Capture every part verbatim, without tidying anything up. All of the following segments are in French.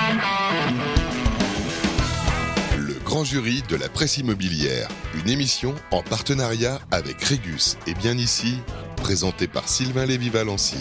Le grand jury de la presse immobilière, une émission en partenariat avec Régus et Bien Ici, présentée par Sylvain Lévy-Valency.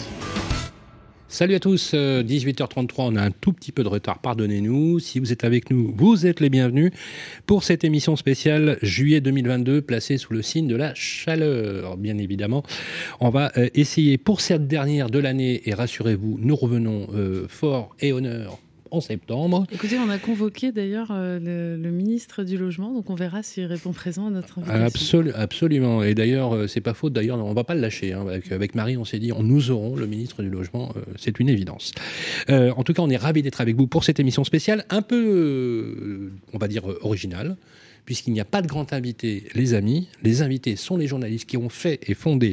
Salut à tous, dix-huit heures trente-trois, on a un tout petit peu de retard, pardonnez-nous. Si vous êtes avec nous, vous êtes les bienvenus pour cette émission spéciale juillet deux mille vingt-deux, placée sous le signe de la chaleur. Bien évidemment, on va essayer pour cette dernière de l'année, et rassurez-vous, nous revenons euh, fort et honneur en septembre. Écoutez, on a convoqué d'ailleurs euh, le, le ministre du Logement, donc on verra s'il répond présent à notre invitation. Absol- absolument, et d'ailleurs, euh, c'est pas faute, d'ailleurs, on va pas le lâcher. Hein. Avec, avec Marie, on s'est dit, on, nous aurons le ministre du Logement, euh, c'est une évidence. Euh, en tout cas, on est ravis d'être avec vous pour cette émission spéciale, un peu, euh, on va dire, originale, puisqu'il n'y a pas de grand invité, les amis. Les invités sont les journalistes qui ont fait et fondé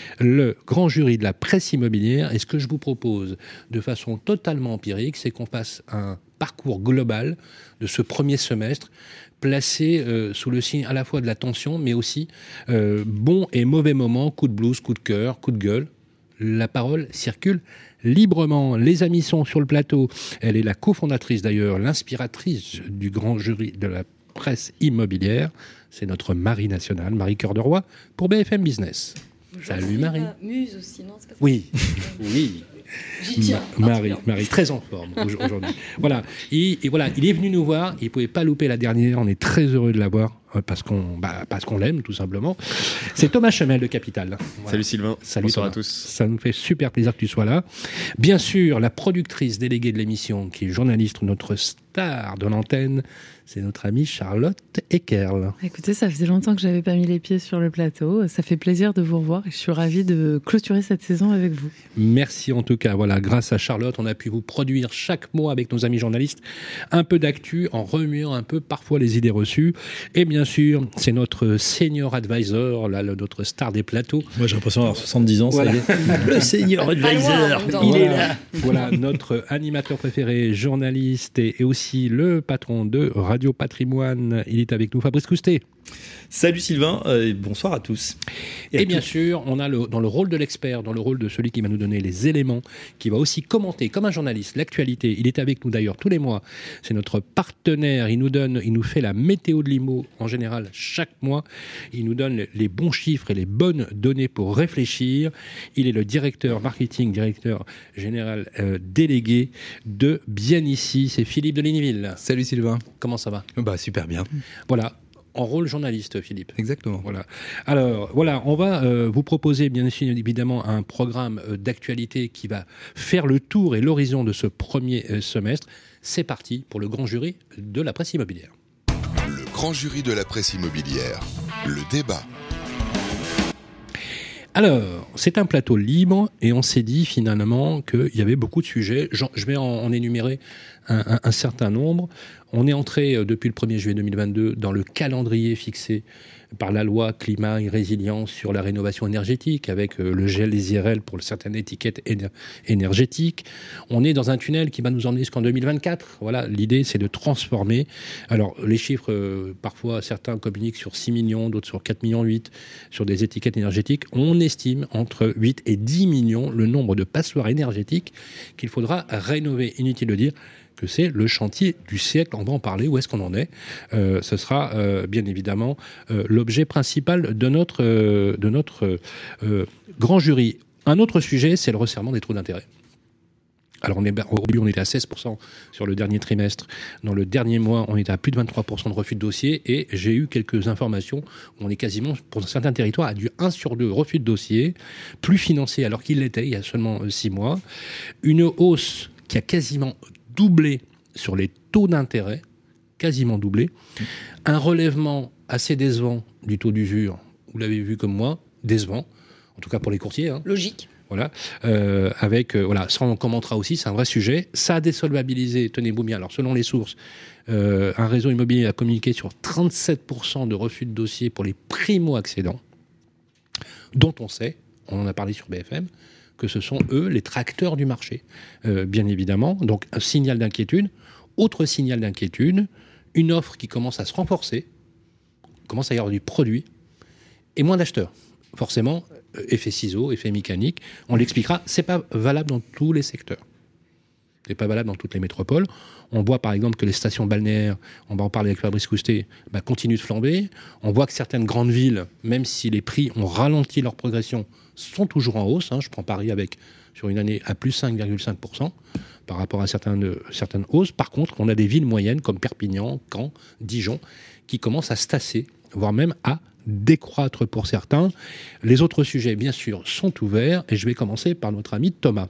le grand jury de la presse immobilière. Et ce que je vous propose de façon totalement empirique, c'est qu'on fasse un parcours global de ce premier semestre, placé euh, sous le signe à la fois de la tension, mais aussi euh, bons et mauvais moments, coup de blues, coup de cœur, coup de gueule. La parole circule librement. Les amis sont sur le plateau. Elle est la cofondatrice d'ailleurs, l'inspiratrice du grand jury de la presse immobilière. C'est notre Marie nationale, Marie Cœur de Roi, pour B F M Business. Bonjour, salut Marie. Muse aussi, non, c'est pas ça. Oui, oui. J'y tiens. Ma- Marie, Marie, très en forme aujourd'hui. Voilà. Et, et voilà, il est venu nous voir. Il ne pouvait pas louper la dernière. On est très heureux de l'avoir parce qu'on, bah, parce qu'on l'aime tout simplement. C'est Thomas Chemel de Capital. Voilà. Salut Sylvain. Salut Bonsoir Thomas. à tous. Ça nous fait super plaisir que tu sois là. Bien sûr, la productrice déléguée de l'émission, qui est journaliste, notre star de l'antenne, c'est notre amie Charlotte Eckerl. Écoutez, ça faisait longtemps que j'avais pas mis les pieds sur le plateau. Ça fait plaisir de vous revoir et je suis ravie de clôturer cette saison avec vous. Merci en tout cas. Voilà, grâce à Charlotte, on a pu vous produire chaque mois avec nos amis journalistes un peu d'actu en remuant un peu parfois les idées reçues. Et bien sûr, c'est notre senior advisor, là, le- notre star des plateaux. Moi, j'ai l'impression d'avoir soixante-dix ans, Voilà. ça y est. Le senior advisor, Pas loin, il voilà, est là. Voilà, notre animateur préféré, journaliste et, et aussi le patron de Radio Patrimoine. Il est avec nous, Fabrice Coustet. Salut Sylvain, euh, et bonsoir à tous. Et, à bien tous. sûr, on a le, dans le rôle de l'expert, dans le rôle de celui qui va nous donner les éléments, qui va aussi commenter, comme un journaliste, l'actualité. Il est avec nous d'ailleurs tous les mois. C'est notre partenaire. Il nous donne, il nous fait la météo de l'I M O en général chaque mois. Il nous donne les bons chiffres et les bonnes données pour réfléchir. Il est le directeur marketing, directeur général euh, délégué de Bien Ici. C'est Philippe de Ligneville. Salut Sylvain. Comment ça va ? Bah super bien. Voilà. En rôle journaliste, Philippe. Exactement. Voilà. Alors, voilà, on va euh, vous proposer, bien évidemment, un programme euh, d'actualité qui va faire le tour et l'horizon de ce premier euh, semestre. C'est parti pour le grand jury de la presse immobilière. Le grand jury de la presse immobilière, le débat. Alors, c'est un plateau libre et on s'est dit finalement qu'il y avait beaucoup de sujets. J'en- Je vais en, en énumérer un, un- un certain nombre. On est entré euh, depuis le premier juillet deux mille vingt-deux dans le calendrier fixé par la loi climat et résilience sur la rénovation énergétique avec euh, le gel des I R L pour certaines étiquettes éner- énergétiques. On est dans un tunnel qui va nous emmener jusqu'en deux mille vingt-quatre. Voilà, l'idée c'est de transformer. Alors les chiffres, euh, parfois certains communiquent sur six millions, d'autres sur quatre millions huit sur des étiquettes énergétiques. On estime entre huit et dix millions le nombre de passoires énergétiques qu'il faudra rénover. Inutile de dire que c'est le chantier du siècle. On va en parler. Où est-ce qu'on en est ? Euh, ce sera euh, bien évidemment euh, l'objet principal de notre, euh, de notre euh, grand jury. Un autre sujet, c'est le resserrement des taux d'intérêt. Alors, on est, au début, on était à seize pour cent sur le dernier trimestre. Dans le dernier mois, on était à plus de vingt-trois pour cent de refus de dossier. Et j'ai eu quelques informations où on est quasiment, pour certains territoires, à du un sur deux refus de dossier, plus financé alors qu'il l'était il y a seulement six mois. Une hausse qui a quasiment doublé sur les taux d'intérêt, quasiment doublé. Un relèvement assez décevant du taux d'usure, vous l'avez vu comme moi, décevant, en tout cas pour les courtiers. Hein. Logique. Voilà, euh, avec, euh, voilà, ça on commentera aussi, c'est un vrai sujet. Ça a désolvabilisé, tenez-vous bien, alors selon les sources, euh, un réseau immobilier a communiqué sur trente-sept pour cent de refus de dossier pour les primo-accédants, dont on sait, on en a parlé sur B F M, que ce sont eux les tracteurs du marché, euh, bien évidemment. Donc un signal d'inquiétude. Autre signal d'inquiétude, une offre qui commence à se renforcer, commence à y avoir du produit, et moins d'acheteurs. Forcément, effet ciseaux, effet mécanique, on l'expliquera, c'est pas valable dans tous les secteurs. C'est pas valable dans toutes les métropoles. On voit par exemple que les stations balnéaires, on va en parler avec Fabrice Coustet, bah, continuent de flamber. On voit que certaines grandes villes, même si les prix ont ralenti leur progression, sont toujours en hausse. Hein. Je prends Paris avec, sur une année, à plus cinq virgule cinq pour cent par rapport à certaines, certaines hausses. Par contre, on a des villes moyennes comme Perpignan, Caen, Dijon, qui commencent à se tasser, voire même à décroître pour certains. Les autres sujets, bien sûr, sont ouverts. Et je vais commencer par notre ami Thomas.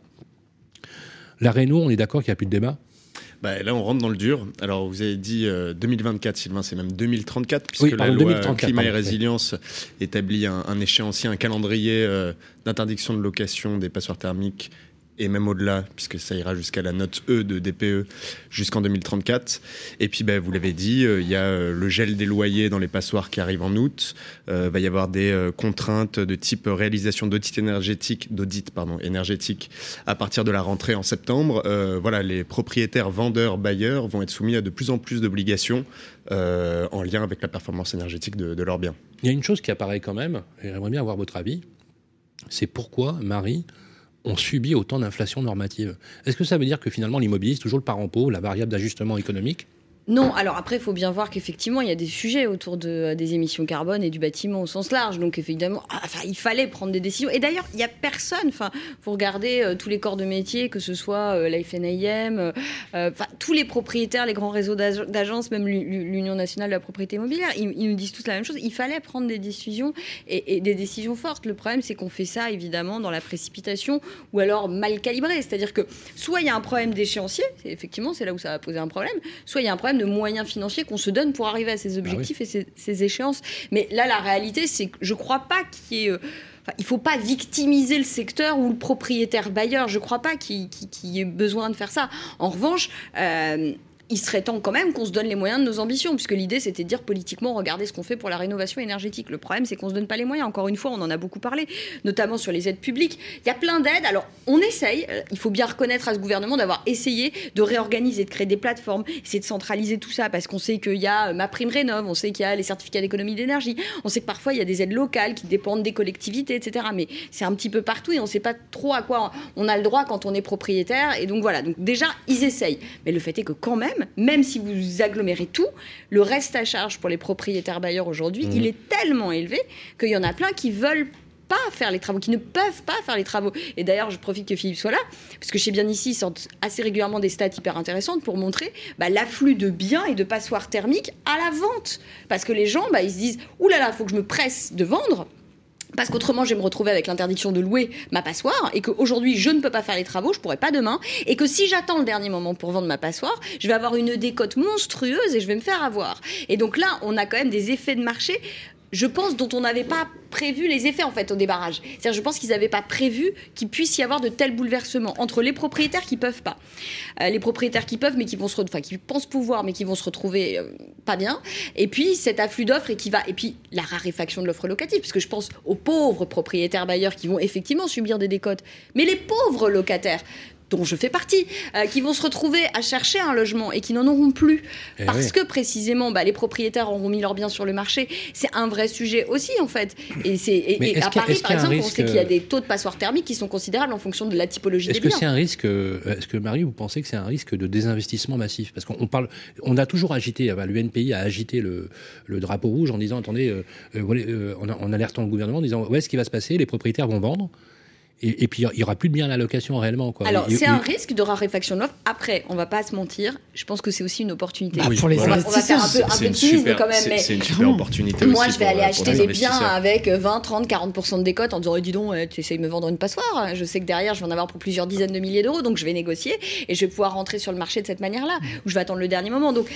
La Réno, on est d'accord qu'il n'y a plus de débat ? Bah, là, on rentre dans le dur. Alors, vous avez dit euh, deux mille vingt-quatre, Sylvain, c'est même deux mille trente-quatre, puisque oui, la pardon, loi deux mille trente-quatre, Climat pardon, et Résilience oui. établit un, un échéancier, un calendrier euh, d'interdiction de location des passoires thermiques, et même au-delà, puisque ça ira jusqu'à la note E de D P E jusqu'en deux mille trente-quatre. Et puis, bah, vous l'avez dit, il euh, y a euh, le gel des loyers dans les passoires qui arrive en août. Il euh, va y avoir des euh, contraintes de type réalisation d'audit énergétique, d'audit pardon, énergétique à partir de la rentrée en septembre. Euh, voilà, les propriétaires, vendeurs, bailleurs vont être soumis à de plus en plus d'obligations euh, en lien avec la performance énergétique de, de leurs biens. Il y a une chose qui apparaît quand même, et j'aimerais bien avoir votre avis, c'est pourquoi, Marie, on subit autant d'inflation normative. Est-ce que ça veut dire que finalement l'immobilier, c'est toujours le parent pauvre, la variable d'ajustement économique ? Non, alors après, il faut bien voir qu'effectivement, il y a des sujets autour de, des émissions carbone et du bâtiment au sens large. Donc, évidemment, enfin, il fallait prendre des décisions. Et d'ailleurs, il n'y a personne. Enfin, vous regardez euh, tous les corps de métier, que ce soit euh, la F N A I M, euh, enfin, tous les propriétaires, les grands réseaux d'ag- d'agences, même l'Union nationale de la propriété immobilière, ils, ils nous disent tous la même chose. Il fallait prendre des décisions et, et des décisions fortes. Le problème, c'est qu'on fait ça, évidemment, dans la précipitation ou alors mal calibré. C'est-à-dire que soit il y a un problème d'échéancier, c'est, effectivement, c'est là où ça va poser un problème, soit il y a un problème de moyens financiers qu'on se donne pour arriver à ces objectifs ah oui. et ces, ces échéances. Mais là, la réalité, c'est que je ne crois pas qu'il y ait... Euh, enfin, il ne faut pas victimiser le secteur ou le propriétaire bailleur. Je ne crois pas qu'il, qu'il, qu'il y ait besoin de faire ça. En revanche... Euh, il serait temps quand même qu'on se donne les moyens de nos ambitions, puisque l'idée, c'était de dire politiquement, regardez ce qu'on fait pour la rénovation énergétique. Le problème, c'est qu'on ne se donne pas les moyens. Encore une fois, on en a beaucoup parlé, notamment sur les aides publiques. Il y a plein d'aides. Alors, on essaye. Il faut bien reconnaître à ce gouvernement d'avoir essayé de réorganiser, de créer des plateformes, essayer de centraliser tout ça, parce qu'on sait qu'il y a MaPrimeRénov', on sait qu'il y a les certificats d'économie d'énergie, on sait que parfois, il y a des aides locales qui dépendent des collectivités, et cetera. Mais c'est un petit peu partout et on ne sait pas trop à quoi on a le droit quand on est propriétaire. Et donc, voilà. Donc, déjà, ils essayent. Mais le fait est que quand même, même si vous agglomérez tout, le reste à charge pour les propriétaires bailleurs aujourd'hui, mmh. il est tellement élevé qu'il y en a plein qui veulent pas faire les travaux, qui ne peuvent pas faire les travaux. Et d'ailleurs, je profite que Philippe soit là, parce que chez Bien Ici, ils sortent assez régulièrement des stats hyper intéressantes pour montrer bah, l'afflux de biens et de passoires thermiques à la vente. Parce que les gens, bah, ils se disent « Ouh là là, il faut que je me presse de vendre ». Parce qu'autrement, je vais me retrouver avec l'interdiction de louer ma passoire et qu'aujourd'hui, je ne peux pas faire les travaux, je ne pourrai pas demain. Et que si j'attends le dernier moment pour vendre ma passoire, je vais avoir une décote monstrueuse et je vais me faire avoir. Et donc là, on a quand même des effets de marché, je pense, dont on n'avait pas prévu les effets, en fait, au débarrage. C'est-à-dire, je pense qu'ils n'avaient pas prévu qu'il puisse y avoir de tels bouleversements entre les propriétaires qui ne peuvent pas, euh, les propriétaires qui peuvent, mais qui vont se... Enfin, qui pensent pouvoir, mais qui vont se retrouver euh, pas bien, et puis cet afflux d'offres et qui va... Et puis, la raréfaction de l'offre locative, parce que je pense aux pauvres propriétaires bailleurs qui vont effectivement subir des décotes, mais les pauvres locataires, dont je fais partie, euh, qui vont se retrouver à chercher un logement et qui n'en auront plus. Et parce oui. que, précisément, bah, les propriétaires auront mis leurs biens sur le marché. C'est un vrai sujet aussi, en fait. Et, c'est, et, et à Paris, par exemple, on sait qu'il y a des taux de passoires thermiques qui sont considérables en fonction de la typologie est-ce des biens. Est-ce que c'est un risque, est-ce que, Marie, vous pensez que c'est un risque de désinvestissement massif ? Parce qu'on parle, on a toujours agité, enfin, l'U N P I a agité le, le drapeau rouge en disant, attendez, euh, euh, en, en alertant le gouvernement, en disant, ouais, ce qui va se passer, les propriétaires vont vendre. Et, et puis, il n'y aura plus de biens à la location réellement. Quoi. Alors, et, c'est et, un risque de raréfaction de l'offre. Après, on ne va pas se mentir, je pense que c'est aussi une opportunité. Bah, oui, pour les on, va, on va faire un peu, un peu de cynisme quand même. C'est, mais c'est une super opportunité aussi. Moi, je vais pour, aller acheter des biens investisseurs. avec vingt, trente, quarante pour cent de décote en disant oh, dis donc, tu essayes de me vendre une passoire. Je sais que derrière, je vais en avoir pour plusieurs dizaines de milliers d'euros. Donc, je vais négocier et je vais pouvoir rentrer sur le marché de cette manière-là, où je vais attendre le dernier moment. Donc,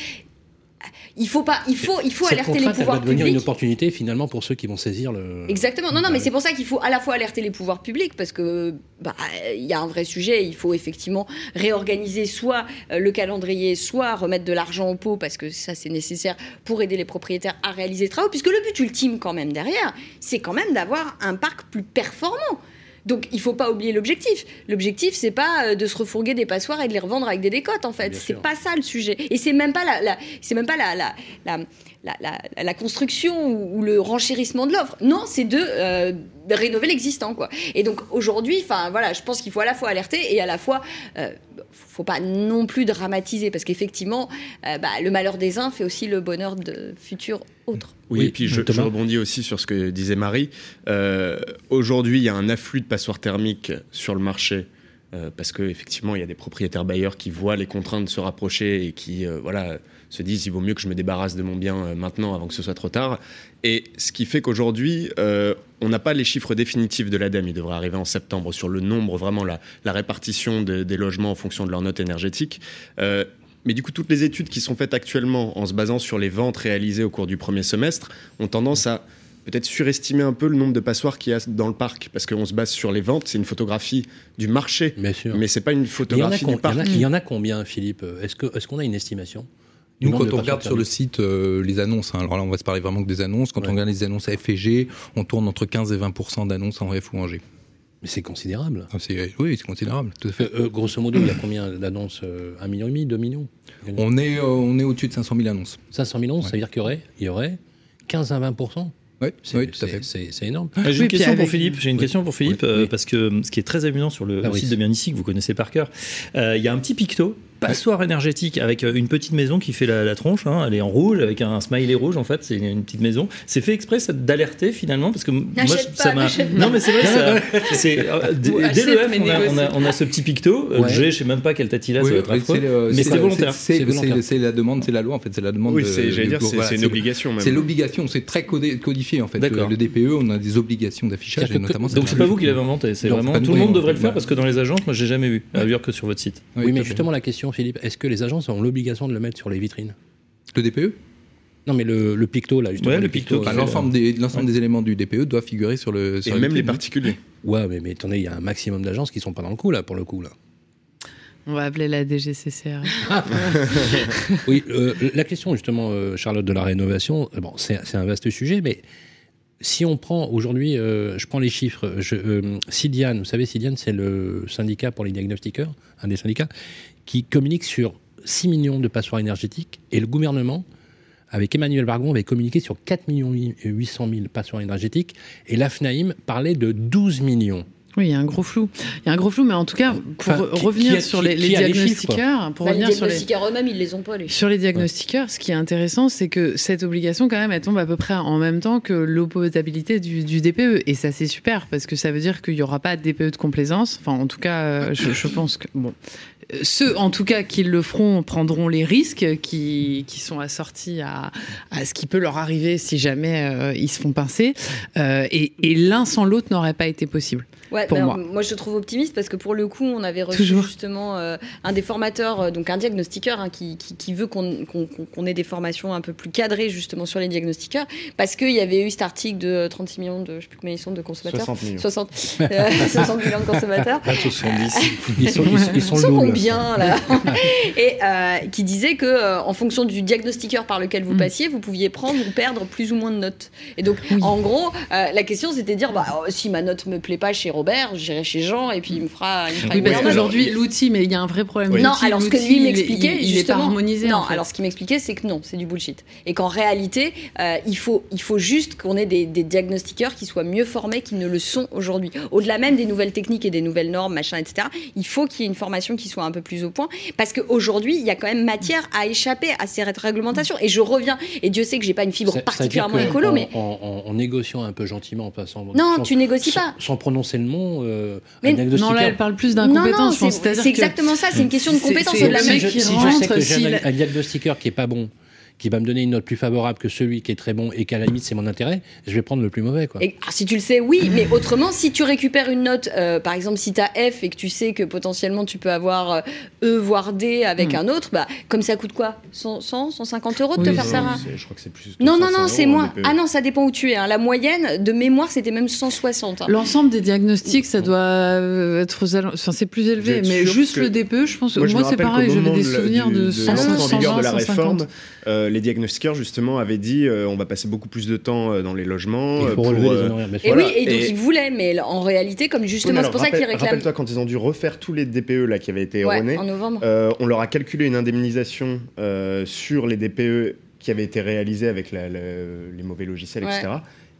il faut pas, il faut, il faut Cette alerter les pouvoirs publics. Ça va devenir une opportunité finalement pour ceux qui vont saisir le. Exactement. Non, non, mais c'est pour ça qu'il faut à la fois alerter les pouvoirs publics parce que bah il y a un vrai sujet. Il faut effectivement réorganiser soit le calendrier, soit remettre de l'argent au pot parce que ça c'est nécessaire pour aider les propriétaires à réaliser les travaux. Puisque le but ultime quand même derrière, c'est quand même d'avoir un parc plus performant. Donc, il ne faut pas oublier l'objectif. L'objectif, c'est pas de se refourguer des passoires et de les revendre avec des décotes, en fait. Bien c'est sûr. Pas ça le sujet. Et c'est même pas la, la c'est même pas la, la, la, la, la, la construction ou, ou le renchérissement de l'offre. Non, c'est de, euh, rénover l'existant, quoi. Et donc aujourd'hui, enfin voilà, je pense qu'il faut à la fois alerter et à la fois, euh, faut pas non plus dramatiser, parce qu'effectivement, euh, bah, le malheur des uns fait aussi le bonheur de futurs autres. Oui, Oui, et puis je, je rebondis aussi sur ce que disait Marie. Euh, aujourd'hui, il y a un afflux de passoires thermiques sur le marché. Euh, parce qu'effectivement, il y a des propriétaires bailleurs qui voient les contraintes se rapprocher et qui euh, voilà, se disent il vaut mieux que je me débarrasse de mon bien euh, maintenant avant que ce soit trop tard. Et ce qui fait qu'aujourd'hui, euh, on n'a pas les chiffres définitifs de l'ADEME. Il devrait arriver en septembre sur le nombre, vraiment la, la répartition de, des logements en fonction de leur note énergétique. Euh, mais du coup, toutes les études qui sont faites actuellement en se basant sur les ventes réalisées au cours du premier semestre ont tendance à peut-être surestimer un peu le nombre de passoires qu'il y a dans le parc, parce qu'on se base sur les ventes, c'est une photographie du marché, Bien sûr. mais c'est pas une photographie du parc. Il y, il y en a combien, Philippe ? Est-ce que, est-ce qu'on a une estimation ? Nous, quand on regarde sur le site euh, les annonces, hein, alors là on va se parler vraiment que des annonces, quand ouais. on regarde les annonces à F et G, on tourne entre quinze et vingt pour cent d'annonces en F ou en G. Mais c'est considérable. Ah, c'est, oui, c'est considérable, tout à fait. Euh, euh, grosso modo, il y a combien d'annonces ? Un million et demi, deux millions ? On est, euh, on est au-dessus de cinq cent mille annonces. cinq cent mille annonces, ouais. Ça veut dire qu'il y aurait, il y aurait quinze à vingt pour cent ? Oui, c'est, oui, tout à fait. C'est, c'est énorme. Ah, j'ai oui, une question avec... pour Philippe. J'ai une oui. question pour Philippe oui. euh, oui. parce que ce qui est très amusant sur le, ah, le oui. site de Bien Ici que vous connaissez par cœur, il euh, y a un petit picto passoire ouais. énergétique avec une petite maison qui fait la, la tronche. Hein, elle est en rouge avec un smiley rouge en fait. C'est une petite maison. C'est fait exprès ça, d'alerter finalement parce que n'achète moi pas, ça m'a. Non mais c'est vrai. ça, c'est, euh, d- dès le F on a, on, a, on a ce petit picto. Ouais. G, je sais même pas quelle tatil là. Oui, ça va être affreux. Le, mais c'est, c'est volontaire. C'est, c'est, c'est, c'est la demande, c'est la loi en fait. C'est la demande. Oui, de, c'est, j'allais dire, c'est, voilà, c'est une obligation. Même. C'est l'obligation. C'est très codifié en fait. D'accord. Le D P E, on a des obligations d'affichage et notamment. Donc c'est pas vous qui l'avez inventé. C'est vraiment tout le monde devrait le faire parce que dans les agences, moi j'ai jamais vu. À dire que sur votre site. Oui, mais justement la question, Philippe, est-ce que les agences ont l'obligation de le mettre sur les vitrines ? Le D P E ? Non, mais le, le picto, là, justement. Ouais, le, le picto. picto bah, l'ensemble des, l'ensemble ouais. des éléments du D P E doit figurer sur le. Sur et même les particuliers. Ouais, mais, mais attendez, il y a un maximum d'agences qui sont pas dans le coup, là, pour le coup, là. On va appeler la D G C C R. Oui, euh, la question, justement, euh, Charlotte, de la rénovation, bon, c'est, c'est un vaste sujet, mais si on prend aujourd'hui, euh, je prends les chiffres, je, euh, Sidiane, vous savez, Sidiane, c'est le syndicat pour les diagnostiqueurs, un des syndicats, qui communique sur six millions de passoires énergétiques, et le gouvernement, avec Emmanuel Bargon, avait communiqué sur quatre millions huit cent mille passoires énergétiques, et l'A F N A I M parlait de douze millions. Oui, il y a un gros flou. Il y a un gros flou, mais en tout cas, pour enfin, qui, revenir qui a, sur les, les diagnostiqueurs, pour bah, revenir les diagnostiqueurs sur les eux-mêmes, ils les ont pas les. Sur les diagnostiqueurs, ouais. Ce qui est intéressant, c'est que cette obligation, quand même, elle tombe à peu près en même temps que l'opposabilité du, du D P E, et ça c'est super parce que ça veut dire qu'il y aura pas de D P E de complaisance. Enfin, en tout cas, je, je pense que bon. Ceux, en tout cas, qui le feront prendront les risques qui, qui sont assortis à, à ce qui peut leur arriver si jamais euh, ils se font pincer. Euh, et, et l'un sans l'autre n'aurait pas été possible. Ouais, pour ben, moi. moi, je te trouve optimiste parce que pour le coup, on avait reçu Toujours. justement euh, un des formateurs, donc un diagnostiqueur hein, qui, qui, qui veut qu'on, qu'on, qu'on ait des formations un peu plus cadrées justement sur les diagnostiqueurs parce qu'il y avait eu cet article de trente-six millions de, je sais plus combien ils sont de consommateurs. soixante millions. soixante, euh, soixante millions de consommateurs. soixante-dix. Ils sont, ils, ils sont, ils sont loups, combien là, là Et euh, qui disait que euh, en fonction du diagnostiqueur par lequel vous mm. passiez, vous pouviez prendre ou perdre plus ou moins de notes. Et donc, oui. en gros, euh, la question c'était de dire bah, oh, si ma note me plaît pas chez Robert, j'irai chez Jean et puis il me fera, il me fera oui, une parce qu'aujourd'hui l'outil, mais il y a un vrai problème. Oui. Non, alors ce que lui m'expliquait, il, il est pas harmonisé. Non, en fait. alors ce qu'il m'expliquait, c'est que non, c'est du bullshit. Et qu'en réalité, euh, il faut, il faut juste qu'on ait des, des diagnostiqueurs qui soient mieux formés qu'ils ne le sont aujourd'hui. Au-delà même des nouvelles techniques et des nouvelles normes, machin, et cetera. Il faut qu'il y ait une formation qui soit un peu plus au point, parce qu'aujourd'hui, il y a quand même matière à échapper à ces réglementations. Et je reviens. Et Dieu sait que j'ai pas une fibre ça, particulièrement ça écolo, en, mais en, en, en négociant un peu gentiment, en passant. Non, sans, tu négocies sans, pas. Sans prononcer le nom. Euh, mais non, là, elle parle plus d'incompétence. Non, non, je pense. c'est, c'est exactement ça. C'est une question de compétence. C'est, c'est, la si mec je, qui si rentre, je sais que si j'ai la... un, un diagnostiqueur qui est pas bon, qui va me donner une note plus favorable que celui qui est très bon et qu'à la limite c'est mon intérêt, je vais prendre le plus mauvais. Quoi. Et, si tu le sais, oui, mais autrement, si tu récupères une note, euh, par exemple si tu as F et que tu sais que potentiellement tu peux avoir euh, E voire D avec mmh. un autre, bah, comme ça coûte quoi cent, cent cinquante euros de oui, te faire non, faire un... Je crois que c'est plus. Non, non, non, c'est moins. Ah non, ça dépend où tu es. Hein. La moyenne de mémoire, c'était même cent soixante. Hein. L'ensemble des diagnostics, ça doit être aux enfin, c'est plus élevé, mais juste le D P E, je pense. Moi, moi c'est pareil, j'avais des souvenirs de cent, cent vingt, de la cent cinquante. réforme, euh, les diagnostiqueurs justement avaient dit euh, on va passer beaucoup plus de temps euh, dans les logements. Il faut pour, relever euh, les honoraires. Et voilà. oui, et donc et... ils voulaient, mais en réalité, comme justement, oui, alors, c'est pour rappel, ça qu'ils réclament. Rappelle-toi quand ils ont dû refaire tous les D P E là qui avaient été erronés. Ouais, en novembre. Euh, on leur a calculé une indemnisation euh, sur les D P E qui avaient été réalisés avec la, la, les mauvais logiciels, ouais. et cetera.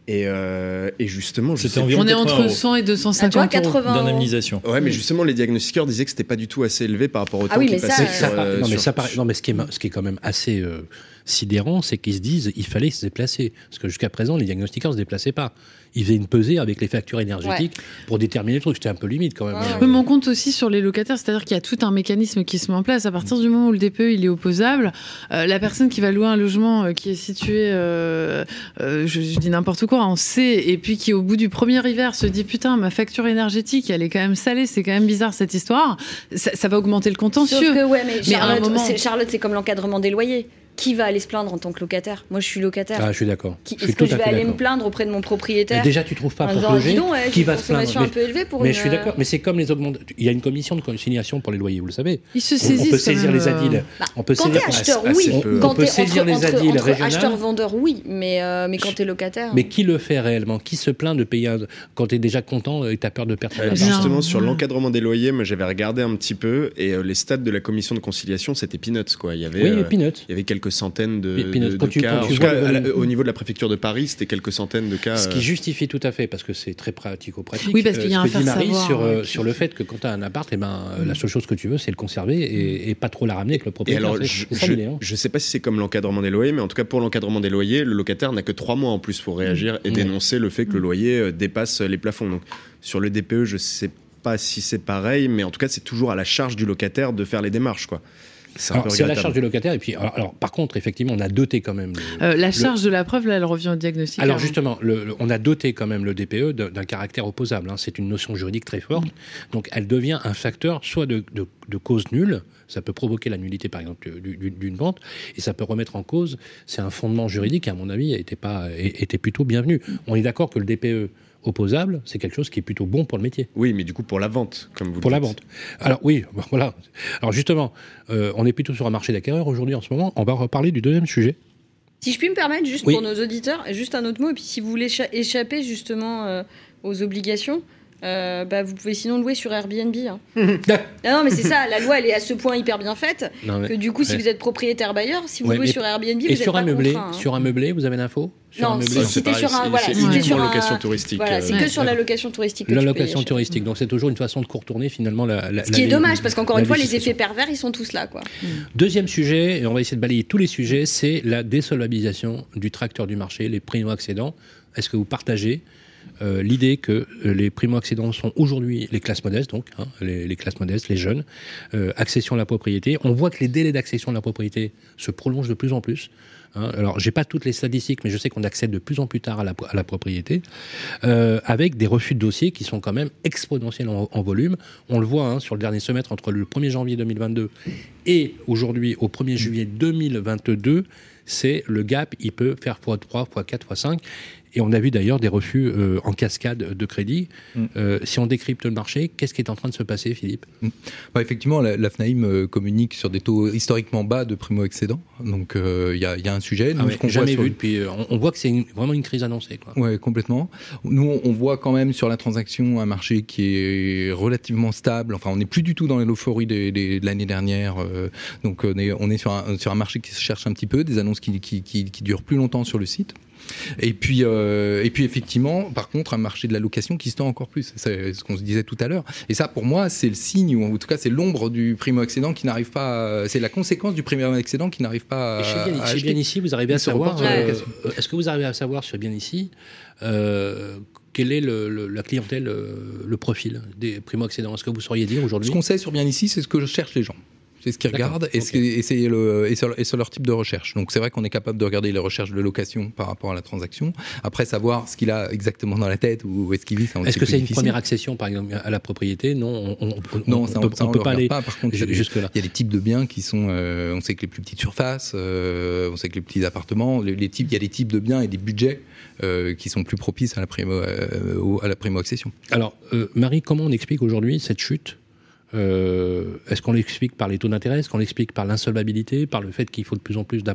Et, euh, et justement, je C'était environ On est entre euros. cent et deux cent Ah, tu vois, cinquante euros. quatre-vingts euros. D'indemnisation. Ouais, mais justement, les diagnostiqueurs disaient que c'était pas du tout assez élevé par rapport au temps oui, qui mais ça, passait euh, sur, Ça paraît- euh, non, mais sur- ça paraît- non, mais ce qui est, ma- ce qui est quand même assez euh, sidérant, c'est qu'ils se disent il fallait se déplacer. Parce que jusqu'à présent, les diagnostiqueurs ne se déplaçaient pas. Ils faisaient une pesée avec les factures énergétiques pour déterminer le truc. C'était un peu limite quand même. Ouais, Euh, Oui, mais on compte aussi sur les locataires, c'est-à-dire qu'il y a tout un mécanisme qui se met en place. À partir du moment où le D P E il est opposable, euh, la personne qui va louer un logement euh, qui est situé, euh, euh, je, je dis n'importe quoi, en C, et puis qui au bout du premier hiver se dit putain, ma facture énergétique, elle est quand même salée, c'est quand même bizarre cette histoire, ça, ça va augmenter le contentieux. Sauf que, ouais, mais, Mais à un Charlotte, moment- c'est, Charlotte, c'est comme l'encadrement des loyers. Qui va aller se plaindre en tant que locataire ? Moi, je suis locataire. Ah, je suis d'accord. Qui- Je suis Est-ce que tout je à vais fait aller me d'accord. plaindre auprès de mon Mais propriétaire déjà, tu trouves pas en pour disant, loger. dis donc, ouais, j'ai Qui une va se plaindre consommation mais, un peu élevée pour mais une... je suis d'accord. Mais c'est comme les augmentations. Il y a une commission de conciliation pour les loyers, vous le savez. Ils se On, saisissent. on peut quand saisir même, les euh, ADIL. Bah, On peut quand saisir. t'es acheteur, assez oui. peu. Quand On peut t'es saisir entre, les entre, ADIL entre régionales. acheteurs-vendeurs, oui. Mais, euh, mais quand t'es locataire... Mais qui le fait réellement ? Qui se plaint de payer un... quand tu es déjà content et tu as peur de perdre Euh, ta Bien. Justement, sur Ouais. l'encadrement des loyers, moi, j'avais regardé un petit peu et euh, les stats de la commission de conciliation, c'était peanuts, quoi. Il y avait, Oui, euh, mais peanuts. il y avait quelques centaines de, Mais peanuts, de- quand de tu- cas. quand En tu tout vois cas, le à la- volume- au niveau de la préfecture de Paris, c'était quelques centaines de cas. Ce qui euh, justifie tout à fait, parce que c'est très pratico-pratique. Oui, parce qu'il y a euh, un ce que dit faire Marie savoir, sur, euh, euh, sur le fait que quand tu as un appart, eh ben, euh, la seule chose que tu veux, c'est le conserver et, et pas trop la ramener avec le Et propriétaire. alors, C'est- je, c'est ça je, l'idée, hein. je sais pas si c'est comme l'encadrement des loyers, mais en tout cas, pour l'encadrement des loyers, le locataire n'a que trois mois en plus pour réagir et Mmh. dénoncer le fait que le loyer euh, dépasse les plafonds. Donc, sur le D P E, je sais pas si c'est pareil, mais en tout cas, c'est toujours à la charge du locataire de faire les démarches, quoi. C'est un Alors, peu c'est à la regrettable. charge du locataire. Et puis, alors, alors, par contre, effectivement, on a doté quand même. le- Euh, la le- charge de la preuve, là, elle revient au diagnostic. Alors justement, le- le- on a doté quand même le D P E d'un d'un caractère opposable. hein. C'est une notion juridique très forte. Donc elle devient un facteur soit de, de- de cause nulle, ça peut provoquer la nullité par exemple du- du- d'une vente, et ça peut remettre en cause, c'est un fondement juridique qui à mon avis était, pas, était plutôt bienvenu. On est d'accord que le D P E opposable, c'est quelque chose qui est plutôt bon pour le métier. Oui, mais du coup, pour la vente, comme vous Pour le la dites. vente. Alors oui, ben, voilà. Alors justement, euh, on est plutôt sur un marché d'acquéreurs aujourd'hui en ce moment. On va reparler du deuxième sujet. Si je puis me permettre, juste Oui. pour nos auditeurs, juste un autre mot, et puis si vous voulez écha- échapper justement euh, aux obligations, euh, bah, vous pouvez sinon louer sur Airbnb. hein. Ah non, mais c'est ça, la loi elle est à ce point hyper bien faite Non, mais- que du coup, si Ouais. vous êtes propriétaire bailleur, si vous Ouais, louez mais- sur Airbnb, vous Et n'êtes sur pas un meublé, contraint. hein. sur un meublé, vous avez l'info sur Non, un si- meublé. si C'est t'es pareil, sur un- c'est- voilà, c'est si t'es uniquement sur un- location touristique. Voilà, euh, c'est que sur la location touristique que La tu peux y location échapper. touristique, donc c'est toujours une façon de contourner finalement la. la Ce qui la est lé- dommage, parce qu'encore la une fois, les législation. effets pervers, ils sont tous là, quoi. Deuxième sujet, et on va essayer de balayer tous les sujets, c'est la désolvabilisation du tracteur du marché, les primo-accédants. Est-ce que vous partagez euh, l'idée que euh, les primo-accédants sont aujourd'hui les classes modestes, donc hein, les, les classes modestes, les jeunes, euh, accession à la propriété. On voit que les délais d'accession à la propriété se prolongent de plus en plus. Hein. Alors, j'ai pas toutes les statistiques, mais je sais qu'on accède de plus en plus tard à la, à la propriété, euh, avec des refus de dossiers qui sont quand même exponentiels en, en volume. On le voit hein, sur le dernier semestre entre le premier janvier deux mille vingt-deux et aujourd'hui au premier juillet deux mille vingt-deux. C'est le gap, il peut faire fois trois, fois quatre, fois cinq. Et on a vu d'ailleurs des refus euh, en cascade de crédit. Mm. Euh, si on décrypte le marché, qu'est-ce qui est en train de se passer, Philippe ? Bah, effectivement, la, la FNAIM euh, communique sur des taux historiquement bas de primo-excédents. Donc, il euh, y, a, y a un sujet. Nous, Ah ouais, ce qu'on jamais voit sur vu le- depuis. euh, On, on voit que c'est une- vraiment une crise annoncée. Quoi. Ouais, complètement. Nous, on voit quand même sur la transaction un marché qui est relativement stable. Enfin, on n'est plus du tout dans l'euphorie des- des- de l'année dernière. euh, donc, on est, on est sur, un, sur un marché qui se cherche un petit peu, des annonces qui, qui, qui, qui durent plus longtemps sur le site. Et puis, euh, et puis effectivement, par contre, un marché de la location qui se tend encore plus. C'est ce qu'on se disait tout à l'heure. Et ça, pour moi, c'est le signe, ou en tout cas, c'est l'ombre du primo-accédant qui n'arrive pas. à- C'est la conséquence du primo-accédant qui n'arrive pas à. Et chez bien, à chez acheter. bien ici, vous arrivez à Il se savoir. reporte sur la euh, location. euh, Est-ce que vous arrivez à savoir sur bien ici euh, quelle est le, le- la clientèle, euh, le profil des primo-accédants ? Est-ce que vous sauriez dire aujourd'hui ? Ce qu'on sait sur bien ici, c'est ce que cherchent les gens. C'est ce qu'ils D'accord, regardent et, ok. c'est- et c'est le, et, sur, et sur leur type de recherche. Donc c'est vrai qu'on est capable de regarder les recherches de location par rapport à la transaction. Après, savoir ce qu'il a exactement dans la tête ou où est-ce qu'il vit, ça, on le Est-ce sait que plus c'est une difficile. première accession, par exemple, à la propriété ? Non, on, on, on- Non, on ça, peut, on, ça, on on peut le pas regarde aller pas. Par contre, il y a des- jusque-là. il y a des types de biens qui sont, euh, on sait que les plus petites surfaces, euh, on sait que les petits appartements, les, les types, il y a des types de biens et des budgets euh, qui sont plus propices à la primo, euh, au- à la primo-accession. Alors, euh, Marie, comment on explique aujourd'hui cette chute ? Euh, Est-ce qu'on l'explique par les taux d'intérêt ? Est-ce qu'on l'explique par l'insolvabilité ? Par le fait qu'il faut de plus en plus d'apports ?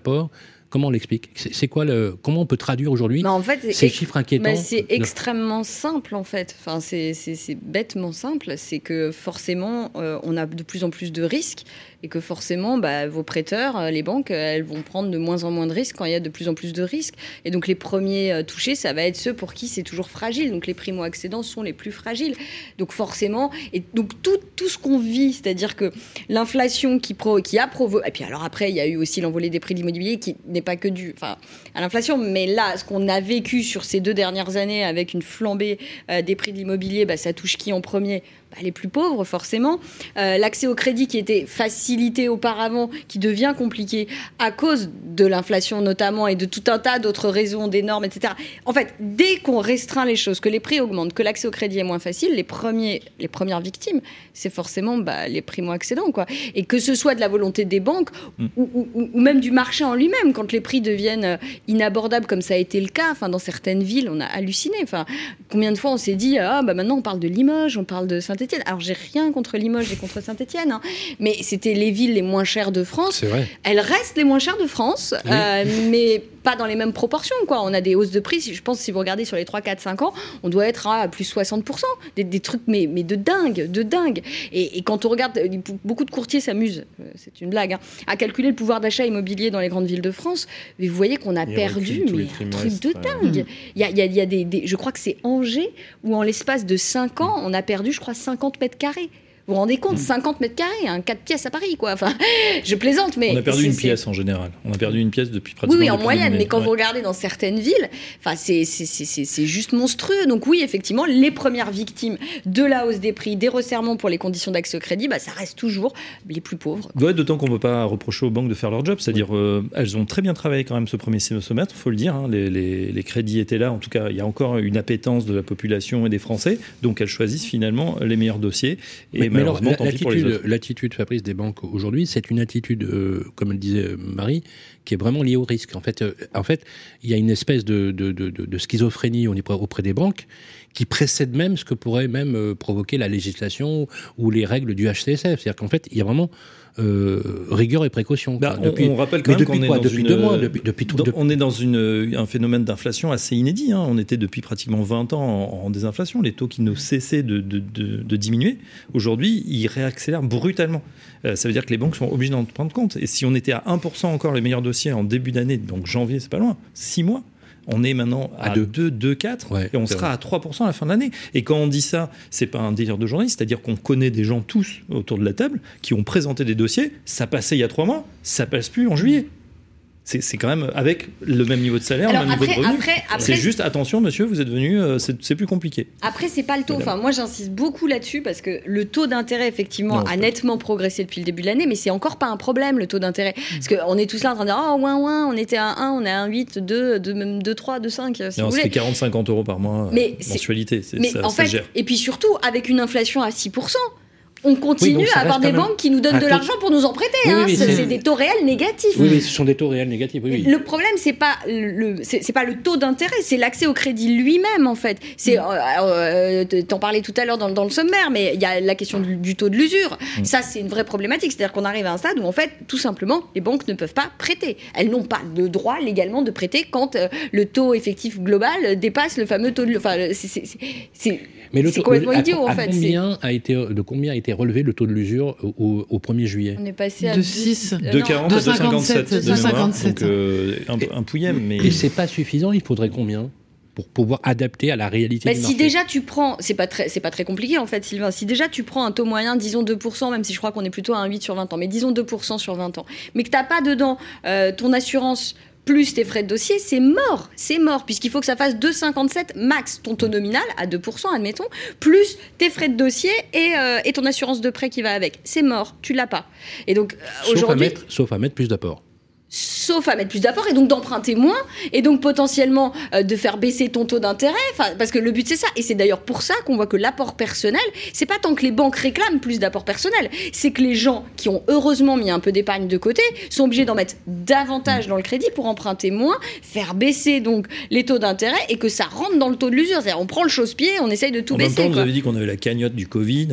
Comment on l'explique ? c'est, c'est quoi le, comment on peut traduire aujourd'hui bah en fait, ces et, chiffres inquiétants bah c'est de... extrêmement simple en fait. Enfin, c'est, c'est, c'est bêtement simple. C'est que forcément, euh, on a de plus en plus de risques et que forcément, bah, vos prêteurs, les banques, elles vont prendre de moins en moins de risques quand il y a de plus en plus de risques. Et donc les premiers euh, touchés, ça va être ceux pour qui c'est toujours fragile. Donc les primo-accédants sont les plus fragiles. Donc forcément, et donc tout, tout ce qu'on vit, c'est-à-dire que l'inflation qui, pro, qui a provoqué... Et puis alors après, il y a eu aussi l'envolée des prix de l'immobilier qui n'est pas que dû enfin, à l'inflation. Mais là, ce qu'on a vécu sur ces deux dernières années avec une flambée euh, des prix de l'immobilier, bah, ça touche qui en premier ? Bah, les plus pauvres, forcément. Euh, l'accès au crédit qui était facilité auparavant, qui devient compliqué à cause de l'inflation notamment et de tout un tas d'autres raisons, des normes, et cetera. En fait, dès qu'on restreint les choses, que les prix augmentent, que l'accès au crédit est moins facile, les, premiers, les premières victimes, c'est forcément bah, les primo-accédants, quoi. Et que ce soit de la volonté des banques mmh. ou, ou, ou même du marché en lui-même, quand les prix deviennent inabordables, comme ça a été le cas, enfin, dans certaines villes, on a halluciné. Enfin, combien de fois on s'est dit, ah, bah, maintenant on parle de Limoges, on parle de Saint-Étienne. Alors, j'ai rien contre Limoges et contre Saint-Étienne, hein, mais c'était les villes les moins chères de France. C'est vrai. Elles restent les moins chères de France, oui. euh, mais pas dans les mêmes proportions, quoi. On a des hausses de prix, je pense, si vous regardez sur les trois, quatre, cinq ans, on doit être à plus soixante pour cent. Des, des trucs, mais, mais de dingue, de dingue. Et, et quand on regarde, beaucoup de courtiers s'amusent, c'est une blague, hein, à calculer le pouvoir d'achat immobilier dans les grandes villes de France, mais vous voyez qu'on a Il perdu mais un truc de dingue. Il ouais. y a, il y a, il y a des, des, je crois que c'est Angers, où en l'espace de cinq ans, on a perdu, je crois, cinquante mètres carrés. Vous vous rendez compte, cinquante mètres carrés, hein, quatre pièces à Paris, quoi. Enfin, je plaisante, mais... On a perdu c'est, une c'est... pièce en général. On a perdu une pièce depuis pratiquement... Oui, oui en moyenne, mais quand ouais. vous regardez dans certaines villes, enfin, c'est, c'est, c'est, c'est, c'est juste monstrueux. Donc oui, effectivement, les premières victimes de la hausse des prix, des resserrements pour les conditions d'accès au crédit, bah, ça reste toujours les plus pauvres. Ouais, d'autant qu'on ne peut pas reprocher aux banques de faire leur job. C'est-à-dire, oui. euh, elles ont très bien travaillé quand même ce premier semestre, il faut le dire. Hein. Les, les, les crédits étaient là. En tout cas, il y a encore une appétence de la population et des Français. Donc elles choisissent finalement les meilleurs dossiers. Et mais, malheureusement, mais alors, tant pis pour les autres. L'attitude, Fabrice, des banques aujourd'hui, c'est une attitude, euh, comme le disait Marie, qui est vraiment liée au risque. En fait, euh, en fait, il y a une espèce de, de, de, de schizophrénie auprès des banques qui précède même ce que pourrait même euh, provoquer la législation ou les règles du H C S F. C'est-à-dire qu'en fait, il y a vraiment euh, rigueur et précaution. Bah, on, depuis, on rappelle quand même qu'on est quoi, dans depuis une, deux mois, depuis, depuis tout, dans, depuis... on est dans une, un phénomène d'inflation assez inédit. Hein. On était depuis pratiquement vingt ans en, en désinflation. Les taux qui ne cessaient de, de, de, de diminuer. Aujourd'hui, ils réaccélèrent brutalement. Euh, ça veut dire que les banques sont obligées d'en prendre compte. Et si on était à un pour cent encore les meilleurs dossiers en début d'année, donc janvier, c'est pas loin, six mois, on est maintenant à, à deux, deux, deux, quatre, ouais, et on sera vrai. à trois pour cent à la fin de l'année. Et quand on dit ça, c'est pas un délire de journaliste, c'est-à-dire qu'on connaît des gens tous autour de la table qui ont présenté des dossiers, ça passait il y a trois mois, ça passe plus en juillet. C'est, c'est quand même avec le même niveau de salaire, Alors le même après, niveau de revenu. Après, après, c'est juste, attention monsieur, vous êtes venu, euh, c'est, c'est plus compliqué. Après, c'est pas le taux. Enfin, moi, j'insiste beaucoup là-dessus parce que le taux d'intérêt, effectivement, non, a nettement progressé depuis le début de l'année, mais c'est encore pas un problème, le taux d'intérêt. Mmh. Parce qu'on est tous là en train de dire, oh, ouin, ouin, on était à un, on est à un huit, deux, deux, même deux, trois, deux, cinq, si non, vous voulez. C'est quarante, cinquante euros par mois, mais mensualité. C'est, mais ça, en ça fait, gère. Et puis surtout, avec une inflation à six pour cent, on continue oui, à avoir des banques qui nous donnent de taux... l'argent pour nous en prêter. Oui, hein. oui, c'est, c'est des taux réels négatifs. Oui, mais ce sont des taux réels négatifs. Oui, oui. Le problème, c'est pas le, c'est, c'est pas le taux d'intérêt, c'est l'accès au crédit lui-même, en fait. C'est, mmh. euh, euh, t'en parlais tout à l'heure dans, dans le sommaire, mais il y a la question du, du taux de l'usure. Mmh. Ça, c'est une vraie problématique. C'est-à-dire qu'on arrive à un stade où, en fait, tout simplement, les banques ne peuvent pas prêter. Elles n'ont pas de droit légalement de prêter quand euh, le taux effectif global dépasse le fameux taux de. Enfin, c'est, c'est, c'est, c'est, mais le c'est taux, complètement le, à, idiot, à en fait. Combien a été, de combien a été relevé le taux de l'usure Au, au premier juillet. On est passé à de six. De quarante à deux cinquante-sept. De cinquante-sept. Donc euh, un, un pouillème. Mais... Et c'est pas suffisant, il faudrait combien pour pouvoir adapter à la réalité bah, du si marché. Si déjà tu prends, c'est pas, très, c'est pas très compliqué en fait Sylvain, si déjà tu prends un taux moyen, disons deux pour cent, même si je crois qu'on est plutôt à un huit sur vingt ans, mais disons deux pour cent sur vingt ans, mais que t'as pas dedans euh, ton assurance plus tes frais de dossier, c'est mort, c'est mort, puisqu'il faut que ça fasse deux virgule cinquante-sept max ton taux nominal, à deux pour cent admettons, plus tes frais de dossier et, euh, et ton assurance de prêt qui va avec. C'est mort, tu l'as pas. Et donc sauf aujourd'hui... À mettre, sauf à mettre plus d'apport. Sauf à mettre plus d'apport et donc d'emprunter moins et donc potentiellement euh, de faire baisser ton taux d'intérêt, parce que le but c'est ça, et c'est d'ailleurs pour ça qu'on voit que l'apport personnel, c'est pas tant que les banques réclament plus d'apport personnel, c'est que les gens qui ont heureusement mis un peu d'épargne de côté sont obligés d'en mettre davantage dans le crédit pour emprunter moins, faire baisser donc les taux d'intérêt et que ça rentre dans le taux de l'usure, c'est-à-dire on prend le chausse-pied, on essaye de tout en baisser. En même temps, quoi. Vous avez dit qu'on avait la cagnotte du Covid, hein.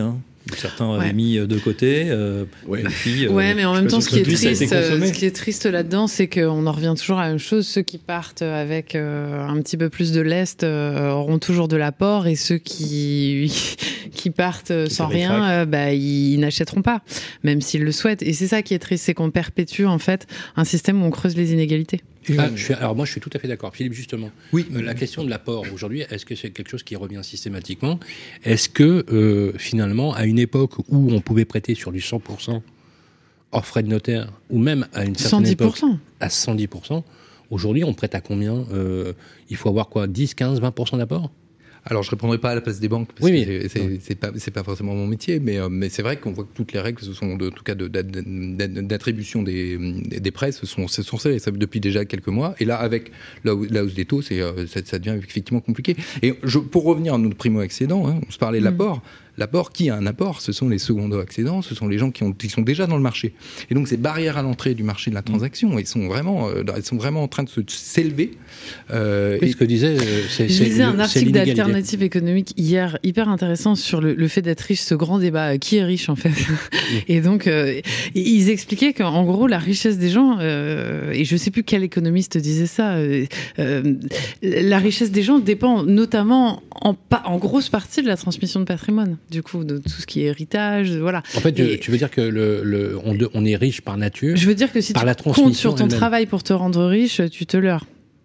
Certains avaient Ouais. mis de côté. Euh, Ouais. et puis, euh, Ouais, mais en je même sais temps, pas ce si qui, est aujourd'hui, ça a triste, été euh, consommé. ce qui est triste là-dedans, c'est qu'on en revient toujours à la même chose. Ceux qui partent avec euh, un petit peu plus de lest euh, auront toujours de l'apport, et ceux qui qui partent euh, Qui sans se rétractent. rien, euh, bah ils n'achèteront pas, même s'ils le souhaitent. Et c'est ça qui est triste, c'est qu'on perpétue en fait un système où on creuse les inégalités. Ah, je suis, alors moi, je suis tout à fait d'accord. Philippe, justement, Oui. euh, la question de l'apport aujourd'hui, est-ce que c'est quelque chose qui revient systématiquement? Est-ce que, euh, finalement, à une époque où on pouvait prêter sur du cent pour cent hors frais de notaire, ou même à une certaine cent dix époque pour cent. à cent dix pour cent, aujourd'hui, on prête à combien? Euh, Il faut avoir quoi, dix, quinze, vingt pour cent d'apport? Alors, je répondrai pas à la place des banques, parce Oui, que oui. c'est- c'est c'est pas, c'est pas forcément mon métier, mais, euh, mais c'est vrai qu'on voit que toutes les règles, ce sont de, en tout cas de- d'ad- d'ad- d'attribution des, des prêts, ce sont, ce sont serrées, ça depuis déjà quelques mois. Et là, avec la, hau- la hausse des taux, c'est, euh, ça, ça devient effectivement compliqué. Et je, pour revenir à notre primo-accédant, hein, on se parlait de Mm. l'apport. L'apport, qui a un apport? Ce sont les secondo-accédants, ce sont les gens qui, ont, qui sont déjà dans le marché. Et donc, ces barrières à l'entrée du marché de la transaction, elles sont vraiment, euh, elles sont vraiment en train de se s'élever. Euh, Oui, et- ce que disait, euh, c'est Je c'est lisais le- un c'est article l'inégalité. d'Alternative économique hier, hyper intéressant, sur le, le fait d'être riche, ce grand débat, euh, qui est riche en fait. Et donc, euh, ils expliquaient qu'en gros, la richesse des gens, euh, et je sais plus quel économiste disait ça, euh, euh, la richesse des gens dépend notamment en, pa- en grosse partie de la transmission de patrimoine, du coup, de tout ce qui est héritage, de- voilà. En fait, Et- tu veux dire que le, le- on, de- on est riche par nature? Je veux dire que si Par tu la comptes transmission sur ton elle-même. travail pour te rendre riche, tu te leurres.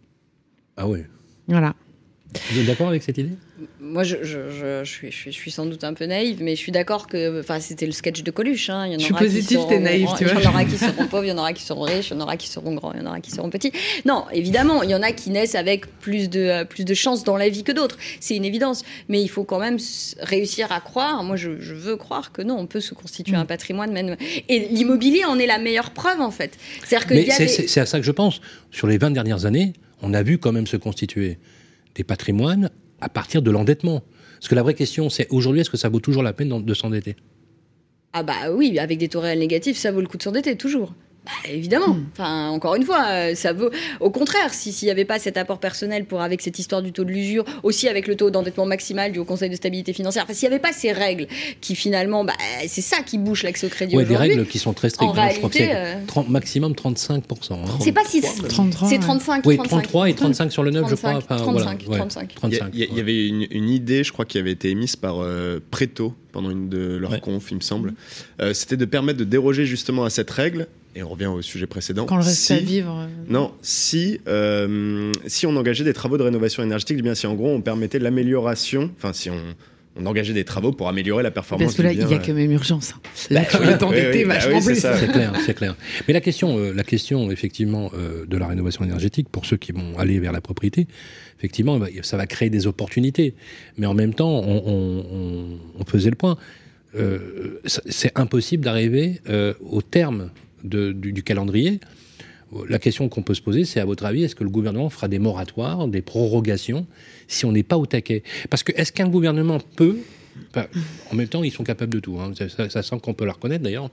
Ah oui. Voilà. Vous êtes d'accord avec cette idée? Moi, je, je, je, je suis, je, suis, je suis sans doute un peu naïve, mais je suis d'accord que. Enfin, c'était le sketch de Coluche. Hein. Il y en Je suis aura qui positive, seront- t'es naïve, tu vois. Il y en aura qui seront pauvres, il y en aura qui seront riches, il y en aura qui seront grands, il y en aura qui seront petits. Non, évidemment, il y en a qui naissent avec plus de, euh, plus de chances dans la vie que d'autres. C'est une évidence. Mais il faut quand même s- réussir à croire. Moi, je, je veux croire que non, on peut se constituer un patrimoine. Même... Et l'immobilier en est la meilleure preuve, en fait. C'est-à-dire qu'il Mais y a c'est des- c'est- c'est à ça que je pense. Sur les vingt dernières années, on a vu quand même se constituer des patrimoines à partir de l'endettement. Parce que la vraie question, c'est aujourd'hui, est-ce que ça vaut toujours la peine d'en- de s'endetter? Ah bah oui, avec des taux réels négatifs, ça vaut le coup de s'endetter, toujours. Bah, évidemment. Enfin, encore une fois, euh, ça vaut. Au contraire, si s'il n'y avait pas cet apport personnel pour avec cette histoire du taux de l'usure, aussi avec le taux d'endettement maximal du Haut Conseil de stabilité financière, enfin, s'il n'y avait pas ces règles qui finalement, bah, c'est ça qui bouche l'accès au crédit Ouais, des aujourd'hui. règles qui sont très strictes. En hein. Je crois que réalité, c'est euh, trente maximum trente-cinq pour cent. hein. C'est pas si. trente-trois, C'est ouais. trente-cinq. Oui, trente-cinq. trente-trois et trente-cinq sur le neuf, je crois. trente-cinq, Enfin, voilà, trente-cinq, ouais. trente-cinq. Il y, trente-cinq, a- il y a- il y ouais. avait une, une idée, je crois, qui avait été émise par euh, Preto pendant une de leurs Ouais. confs, il me semble. Euh, C'était de permettre de déroger justement à cette règle. Et on revient au sujet précédent. Quand le reste Si- à vivre. euh, Non, si, euh, si on engageait des travaux de rénovation énergétique, eh bien si en gros on permettait l'amélioration, enfin si on, on engageait des travaux pour améliorer la performance Parce que là, du il bien. y a quand même urgence. Là, Bah, tu oui, vas t'endetter oui, oui, bah vachement oui, c'est plus. ça. C'est clair, c'est clair. Mais la question, euh, la question effectivement, euh, de la rénovation énergétique, pour ceux qui vont aller vers la propriété, effectivement, bah, ça va créer des opportunités. Mais en même temps, on, on- on- on faisait le point. Euh, ça- c'est impossible d'arriver euh, au terme de- du, du calendrier. La question qu'on peut se poser, c'est à votre avis, est-ce que le gouvernement fera des moratoires, des prorogations, si on n'est pas au taquet? Parce que est-ce qu'un gouvernement peut, enfin, en même temps, ils sont capables de tout, hein, ça, ça- ça sent qu'on peut la reconnaître d'ailleurs,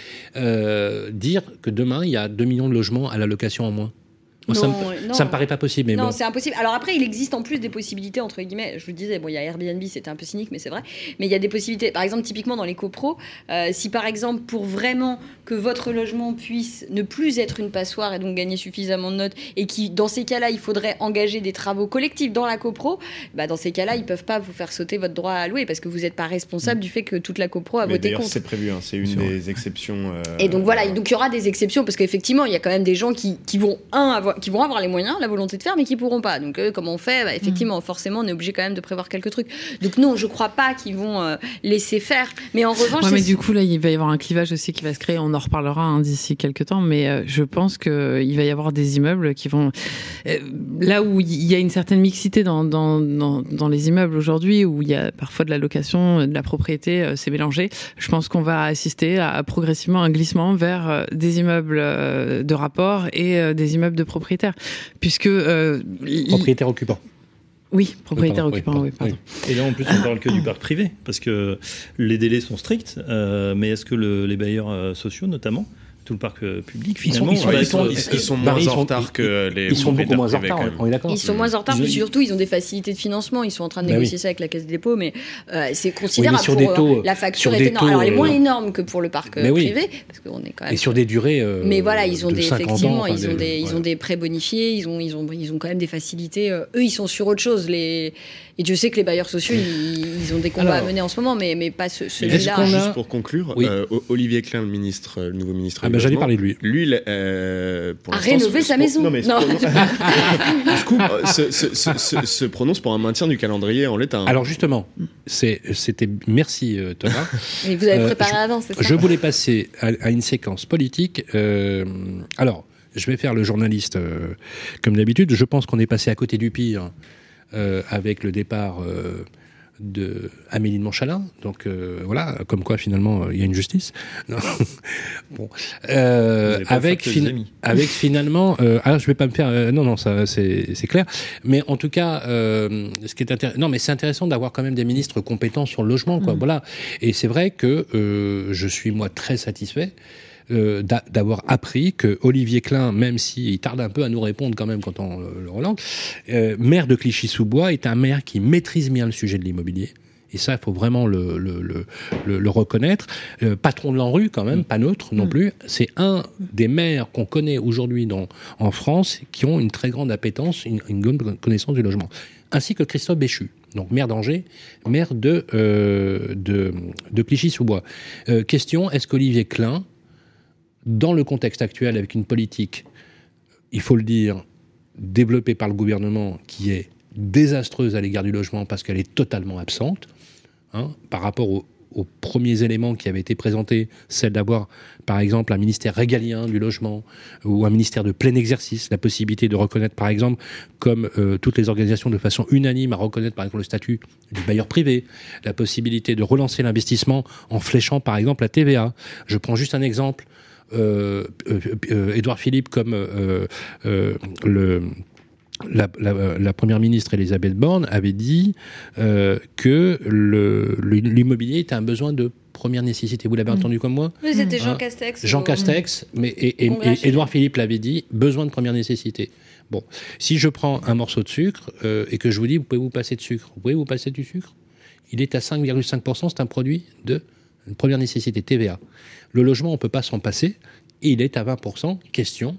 euh, dire que demain, il y a deux millions de logements à la location en moins? Moi, ça, Non, me, non. ça me paraît pas possible, mais non, bon. c'est impossible. Alors après, il existe en plus des possibilités, entre guillemets, je vous le disais, bon, il y a Airbnb, c'était un peu cynique, mais c'est vrai, mais il y a des possibilités. Par exemple, typiquement dans les copros, euh, si par exemple, pour vraiment que votre logement puisse ne plus être une passoire et donc gagner suffisamment de notes, et qui, dans ces cas-là, il faudrait engager des travaux collectifs dans la copro, bah, dans ces cas-là, ils peuvent pas vous faire sauter votre droit à louer, parce que vous n'êtes pas responsable du fait que toute la copro a Mais voté d'ailleurs contre. c'est prévu, hein, c'est une Sûr. des exceptions. euh, Et donc voilà, donc il y aura des exceptions parce qu'effectivement, il y a quand même des gens qui, qui vont un avoir, qui vont avoir les moyens, la volonté de faire, mais qui pourront pas. Donc euh, comment on fait? Bah, effectivement, forcément, on est obligé quand même de prévoir quelques trucs. Donc non, je crois pas qu'ils vont euh, laisser faire. Mais en revanche, Ouais, mais c'est- du coup, là, il va y avoir un clivage aussi qui va se créer. On en reparlera hein, d'ici quelques temps, mais euh, je pense qu'il va y avoir des immeubles qui vont. Euh, là où il y a une certaine mixité dans, dans, dans, dans les immeubles aujourd'hui, où il y a parfois de la location, de la propriété, euh, c'est mélangé. Je pense qu'on va assister à, à progressivement un glissement vers euh, des immeubles euh, de rapport et euh, des immeubles de propriétaires. Puisque. Euh, il- Propriétaire occupant. Oui, propriétaire Oui, occupant, pardon, oui, pardon. Et là, en plus, on parle que du parc privé, parce que les délais sont stricts, euh, mais est-ce que le- les bailleurs euh, sociaux, notamment, tout le parc euh, public, Ils sont- finalement. ils sont- va ils être, sont, euh, ils, ils sont Bah, moins ils en sont- retard que les Ils sont beaucoup propriétaires moins en privés, retard, quand même. on est d'accord. Ils sont moins en retard, Ils- puis surtout, ils ont des facilités de financement. Ils sont en train de Bah négocier oui. ça avec la Caisse des dépôts, mais euh, c'est considérable. Oui, mais sur pour, des taux, euh, la facture sur est des énorme. taux, Alors, elle est moins euh, énorme que pour le parc euh, mais oui. privé, parce qu'on est quand même. Et sur des durées. euh, Mais voilà, ils ont de des, cinquante effectivement, ans, ils, enfin, ont des, ils voilà. ont des prêts bonifiés, ils ont, ils, ont, ils ont quand même des facilités. euh, eux, ils sont sur autre chose. Les... Et Dieu sait que les bailleurs sociaux, ils, ils ont des combats Alors, à mener en ce moment, mais, mais pas ce, est-ce celui-là. qu'on a- Juste pour conclure, Oui. euh, O- Olivier Klein, le ministre, le nouveau ministre Ah du ben j'allais Logement, parler de lui. lui, il, euh, pour A l'instant, rénové se- sa se- maison. Non, mais se Non. prononce- Euh, se, se- se- se- se prononce pour un maintien du calendrier en l'état. Alors justement, c'est, c'était merci euh, Thomas. Mais vous avez Euh, préparé je- avant, c'est ça Je voulais passer à, à une séquence politique. Euh, alors, je vais faire le journaliste euh, comme d'habitude. Je pense qu'on est passé à côté du pire euh, avec le départ euh, de Amélie de Montchalin. Donc euh, voilà, comme quoi finalement euh, il y a une justice. Non. Bon, Euh, Vous avez pas avec, fait que des fin- amis. avec finalement. Euh, alors je vais pas me faire. euh, non non, ça c'est, c'est clair. Mais en tout cas, euh, ce qui est intéressant. Non, mais c'est intéressant d'avoir quand même des ministres compétents sur le logement, quoi. Mmh. Voilà. Et c'est vrai que euh, je suis moi très satisfait. Euh, d'a- d'avoir appris que Olivier Klein, même s'il tarde un peu à nous répondre quand même quand on le, le relance, euh, maire de Clichy-sous-Bois, est un maire qui maîtrise bien le sujet de l'immobilier. Et ça, il faut vraiment le, le, le, le, le reconnaître. Euh, patron de l'ANRU, quand même, pas neutre non plus. C'est un des maires qu'on connaît aujourd'hui dans, en France qui ont une très grande appétence, une, une bonne connaissance du logement. Ainsi que Christophe Béchu, donc maire d'Angers, maire de, euh, de, de Clichy-sous-Bois. Euh, question, est-ce qu'Olivier Klein, dans le contexte actuel, avec une politique, il faut le dire, développée par le gouvernement, qui est désastreuse à l'égard du logement parce qu'elle est totalement absente, hein, par rapport aux, aux premiers éléments qui avaient été présentés, celle d'avoir, par exemple, un ministère régalien du logement ou un ministère de plein exercice, la possibilité de reconnaître, par exemple, comme euh, toutes les organisations de façon unanime à reconnaître, par exemple, le statut du bailleur privé, la possibilité de relancer l'investissement en fléchant, par exemple, la T V A. Je prends juste un exemple. Euh, euh, euh, Édouard Philippe comme euh, euh, le, la, la, la première ministre Elisabeth Borne avait dit euh, que le, le, l'immobilier était un besoin de première nécessité. Vous l'avez Mmh. entendu comme moi? Oui, c'était Jean Hein Castex. Jean au- Castex, mais et, et, Congrès et Édouard Philippe l'avait dit, besoin de première nécessité. Bon, si je prends un morceau de sucre euh, et que je vous dis, vous pouvez vous passer de sucre, vous pouvez vous passer du sucre? Il est à cinq virgule cinq pour cent, c'est un produit de première nécessité, T V A. Le logement, on ne peut pas s'en passer, et il est à vingt pour cent. Question,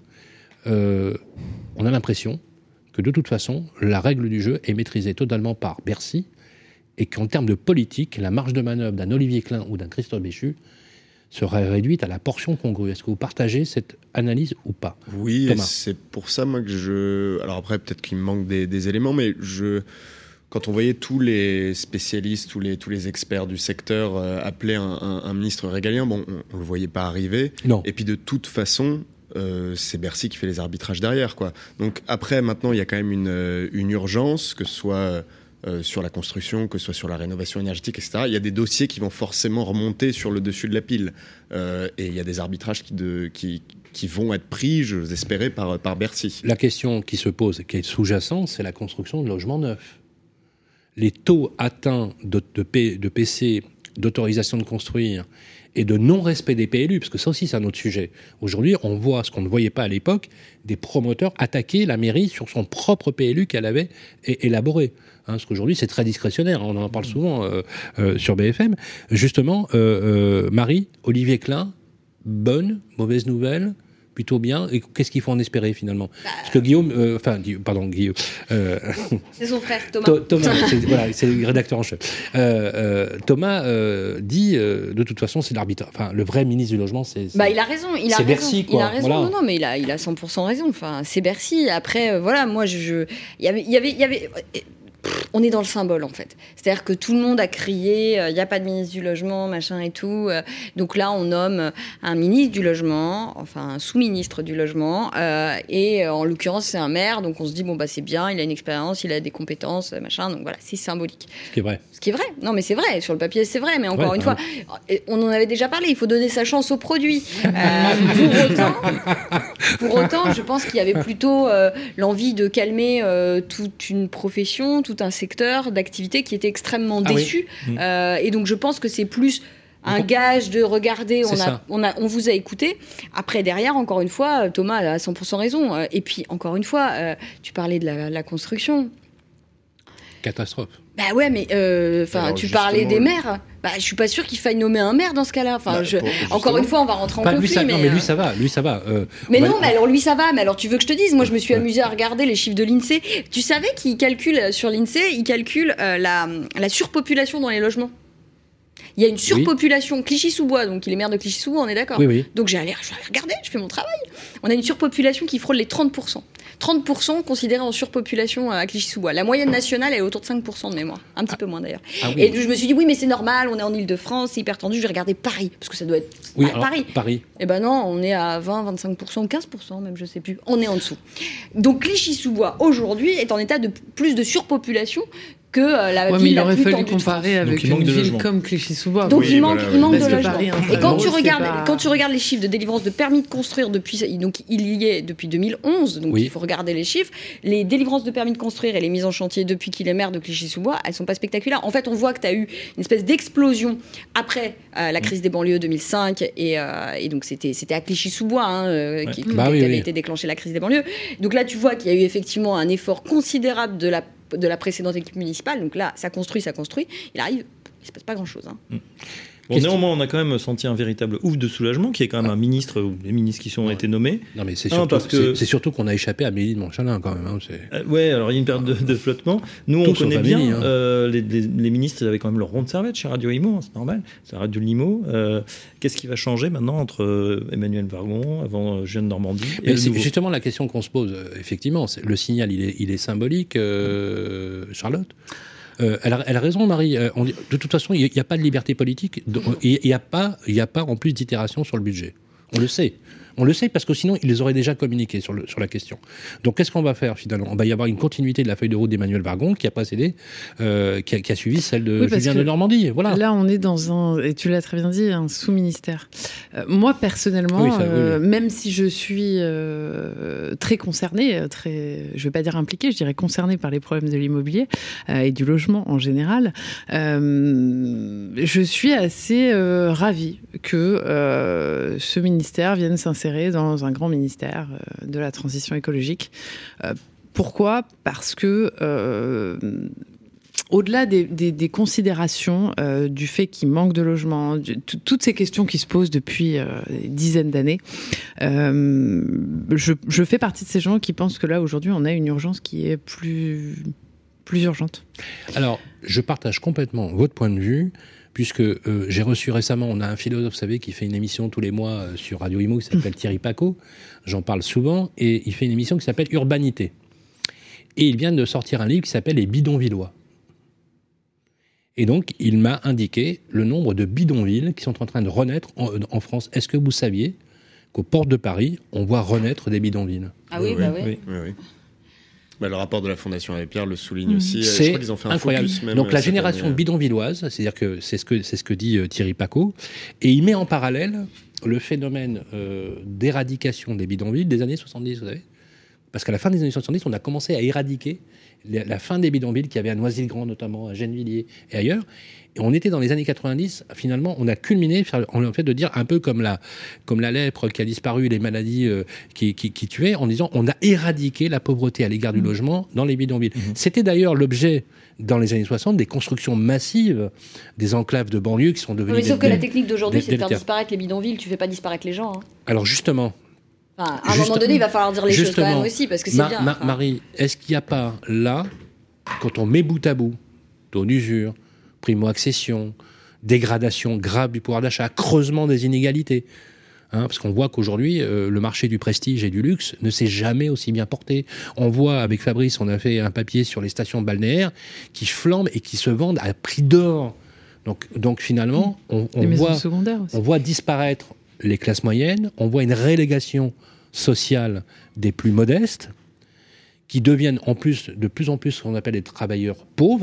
euh, on a l'impression que de toute façon, la règle du jeu est maîtrisée totalement par Bercy, et qu'en termes de politique, la marge de manœuvre d'un Olivier Klein ou d'un Christophe Béchu serait réduite à la portion congrue. Est-ce que vous partagez cette analyse ou pas? Oui, et Thomas. c'est pour ça moi que je. Alors après, peut-être qu'il me manque des, des éléments, mais je. Quand on voyait tous les spécialistes, tous les, tous les experts du secteur euh, appeler un, un, un ministre régalien, bon, on ne le voyait pas arriver. Non. Et puis de toute façon, euh, c'est Bercy qui fait les arbitrages derrière, quoi. Donc après, maintenant, il y a quand même une, euh, une urgence, que ce soit euh, sur la construction, que ce soit sur la rénovation énergétique, et cetera. Il y a des dossiers qui vont forcément remonter sur le dessus de la pile. Euh, et il y a des arbitrages qui, de, qui, qui vont être pris, je l'espérais, par, par Bercy. La question qui se pose, qui est sous-jacente, c'est la construction de logements neufs. Les taux atteints de, de, P, de P C, d'autorisation de construire et de non-respect des P L U, parce que ça aussi c'est un autre sujet. Aujourd'hui, on voit ce qu'on ne voyait pas à l'époque, des promoteurs attaquer la mairie sur son propre P L U qu'elle avait é- élaboré. Hein, parce qu'aujourd'hui c'est très discrétionnaire, on en parle souvent euh, euh, sur B F M. Justement, euh, euh, Marie, Olivier Klein, bonne, mauvaise nouvelle, plutôt bien. Et qu'est-ce qu'il faut en espérer finalement? Parce que Guillaume, euh, enfin, Gui- pardon, Guillaume, euh, C'est son frère, Thomas. Tho- Thomas, c'est, voilà, c'est le rédacteur en chef. Euh, euh, Thomas euh, dit, euh, de toute façon, c'est l'arbitre. Enfin, le vrai ministre du logement, c'est. c'est- Bah, il a raison, il a c'est raison. Bercy, quoi. Il a raison, Voilà. non, non, mais il a, il a cent pour cent raison. Enfin, c'est Bercy. Après, euh, voilà, moi, je, je- il y avait, il y avait, il y avait. Pff, on est dans le symbole en fait. C'est-à-dire que tout le monde a crié, il euh, n'y a pas de ministre du logement, machin et tout. Euh, donc là, on nomme un ministre du logement, enfin un sous-ministre du logement, euh, et euh, en l'occurrence, c'est un maire. Donc on se dit bon bah c'est bien, il a une expérience, il a des compétences, machin. Donc voilà, c'est symbolique. Ce qui est vrai. Ce qui est vrai. Non, mais c'est vrai. Sur le papier, c'est vrai. Mais encore Ouais, une ouais. fois, on en avait déjà parlé. Il faut donner sa chance au produit. Euh, pour autant, pour autant, je pense qu'il y avait plutôt euh, l'envie de calmer euh, toute une profession, tout un secteur d'activité qui était extrêmement Ah oui. déçu. Mmh. Euh, et donc, je pense que c'est plus un gage de regarder, on, C'est a, ça. on, a, on vous a écouté. Après, derrière, encore une fois, Thomas a cent pour cent raison. Euh, Et puis, encore une fois, euh, tu parlais de la, la construction. Catastrophe. Bah ouais, mais euh, enfin, Alors, tu justement, parlais des le- maires. Bah, je suis pas sûr qu'il faille nommer un maire dans ce cas-là. Enfin, Bah, je... pour- encore justement. une fois, on va rentrer en Enfin, lui, conflit. ça, mais, non, mais lui, euh, ça va. Lui, ça va. Euh, Mais on va- non, mais alors lui ça va. Mais alors tu veux que je te dise, moi je me suis Ouais. amusée à regarder les chiffres de l'INSEE. Tu savais qu'ils calculent sur l'INSEE, ils calculent euh, la, la surpopulation dans les logements. Il y a une surpopulation Clichy-sous-Bois, donc il est maire de Clichy-sous-Bois, on est d'accord. Oui, oui. Donc j'ai allé, je vais aller regarder, je fais mon travail. On a une surpopulation qui frôle les trente pour cent. trente pour cent considérés en surpopulation à Clichy-sous-Bois. La moyenne nationale est autour de cinq pour cent de mémoire. Un petit peu moins d'ailleurs. Ah oui. Et je me suis dit, oui, mais c'est normal, on est en Ile-de-France, c'est hyper tendu, je vais regarder Paris, parce que ça doit être Oui, à alors, Paris. Paris. Eh ben non, on est à vingt, vingt-cinq pour cent ou quinze pour cent même, je sais plus. On est en dessous. Donc Clichy-sous-Bois, aujourd'hui, est en état de plus de surpopulation que euh, la Ouais, ville mais il la aurait plus fallu tendue de comparer France. avec il manque une de ville logements. comme Clichy-sous-Bois. Donc Oui, il voilà, manque, oui. il manque Parce de que logements. Paris, hein, Et quand Paris, tu, c'est regardes, pas- quand tu regardes les chiffres de délivrance de permis de construire depuis, donc il y est depuis deux mille onze, donc Oui. il faut regarder les chiffres. Les délivrances de permis de construire et les mises en chantier depuis qu'il est maire de Clichy-sous-Bois, elles sont pas spectaculaires. En fait, on voit que tu as eu une espèce d'explosion après euh, la crise des banlieues deux mille cinq, et, euh, et donc c'était c'était à Clichy-sous-Bois hein, euh, Ouais. qui, Bah qui oui, avait oui. été déclenchée la crise des banlieues. Donc là, tu vois qu'il y a eu effectivement un effort considérable de la de la précédente équipe municipale. Donc là, ça construit, ça construit. Il arrive, il se passe pas grand-chose. Hein. Bon, néanmoins, on a quand même senti un véritable ouf de soulagement, qui est quand même un ministre ou des ministres qui sont Ouais. été nommés. Non, mais c'est Non, surtout, parce que- c'est- c'est surtout qu'on a échappé à Amélie de Montchalin, quand même. Hein, c'est- Euh, ouais, alors il y a une période de, de flottement. Nous, on Tous sauf connaît bien Amélie, hein. euh, les, les- les ministres, ils avaient quand même leur rond de serviette chez Radio Imo, hein, c'est normal. C'est Radio Limo. Euh, Qu'est-ce qui va changer maintenant entre euh, Emmanuel Vargon, avant euh, Jeanne Normandie, et Mais le c'est nouveau justement la question qu'on se pose. euh, Effectivement, c'est- le signal, il est, il est symbolique, euh, Charlotte. Euh, elle, a, elle a raison, Marie. Euh, on dit- de toute façon, il n'y a pas de liberté politique. de- Il n'y a pas, il y a pas en plus d'itération sur le budget. On le sait. On le sait parce que sinon, ils les auraient déjà communiqués sur, le, sur la question. Donc, qu'est-ce qu'on va faire finalement? Il va y avoir une continuité de la feuille de route d'Emmanuel Vargon qui a précédé, euh, qui, a, qui a suivi celle de Oui, parce Julien que de Normandie. Voilà. Là, on est dans un, et tu l'as très bien dit, un sous-ministère. Euh, moi, personnellement, Oui, ça, oui, euh, oui. même si je suis euh, très concernée, euh, très, je vais pas dire impliquée, je dirais concernée par les problèmes de l'immobilier euh, et du logement en général, euh, je suis assez euh, ravie que euh, ce ministère vienne s'insérer dans un grand ministère euh, de la transition écologique. Euh, pourquoi ? Parce que euh, au-delà des, des, des considérations euh, du fait qu'il manque de logements, du, tout- toutes ces questions qui se posent depuis euh, des dizaines d'années, euh, je, je fais partie de ces gens qui pensent que là, aujourd'hui, on a une urgence qui est plus, plus urgente. Alors, je partage complètement votre point de vue, puisque euh, j'ai reçu récemment, on a un philosophe, vous savez, qui fait une émission tous les mois euh, sur Radio Imo, qui s'appelle Thierry Paco, j'en parle souvent, et il fait une émission qui s'appelle Urbanité. Et il vient de sortir un livre qui s'appelle Les bidonvillois. Et donc, il m'a indiqué le nombre de bidonvilles qui sont en train de renaître en, en France. Est-ce que vous saviez qu'aux portes de Paris, on voit renaître des bidonvilles? Ah oui, bah oui. Oui. Oui, oui. Bah, le rapport de la Fondation Abbé Pierre le souligne Mmh. aussi. Je C'est crois qu'ils ont fait un incroyable. focus même. Donc euh, la cette génération année. bidonvilloise, c'est-à-dire que c'est ce que c'est ce que dit euh, Thierry Paco, et il met en parallèle le phénomène euh, d'éradication des bidonvilles des années soixante-dix, vous savez, parce qu'à la fin des années soixante-dix, on a commencé à éradiquer la, la fin des bidonvilles qu'il y avait à Noisy-le-Grand notamment, à Gennevilliers et ailleurs. Et on était dans les années quatre-vingt-dix, finalement, on a culminé en fait de dire un peu comme la, comme la lèpre qui a disparu, les maladies euh, qui, qui, qui tuaient, en disant on a éradiqué la pauvreté à l'égard du logement dans les bidonvilles. Mmh. C'était d'ailleurs l'objet, dans les années soixante, des constructions massives des enclaves de banlieue qui sont devenues... Oui, sauf des- que la des- technique d'aujourd'hui, des- c'est de faire des- disparaître les bidonvilles. Tu fais pas disparaître les gens. hein. Alors justement, Enfin, à un Juste- moment donné, il va falloir dire les choses quand justement, même aussi, parce que c'est Ma- bien. Ma- enfin. Marie, est-ce qu'il n'y a pas là, quand on met bout à bout, taux d'usure, primo-accession, dégradation grave du pouvoir d'achat, creusement des inégalités, hein, parce qu'on voit qu'aujourd'hui, euh, le marché du prestige et du luxe ne s'est jamais aussi bien porté. On voit, avec Fabrice, on a fait un papier sur les stations balnéaires qui flambent et qui se vendent à prix d'or. Donc, donc finalement, on, on Les maisons voit... secondaires aussi. On voit disparaître les classes moyennes, on voit une relégation sociale des plus modestes, qui deviennent en plus, de plus en plus ce qu'on appelle des travailleurs pauvres,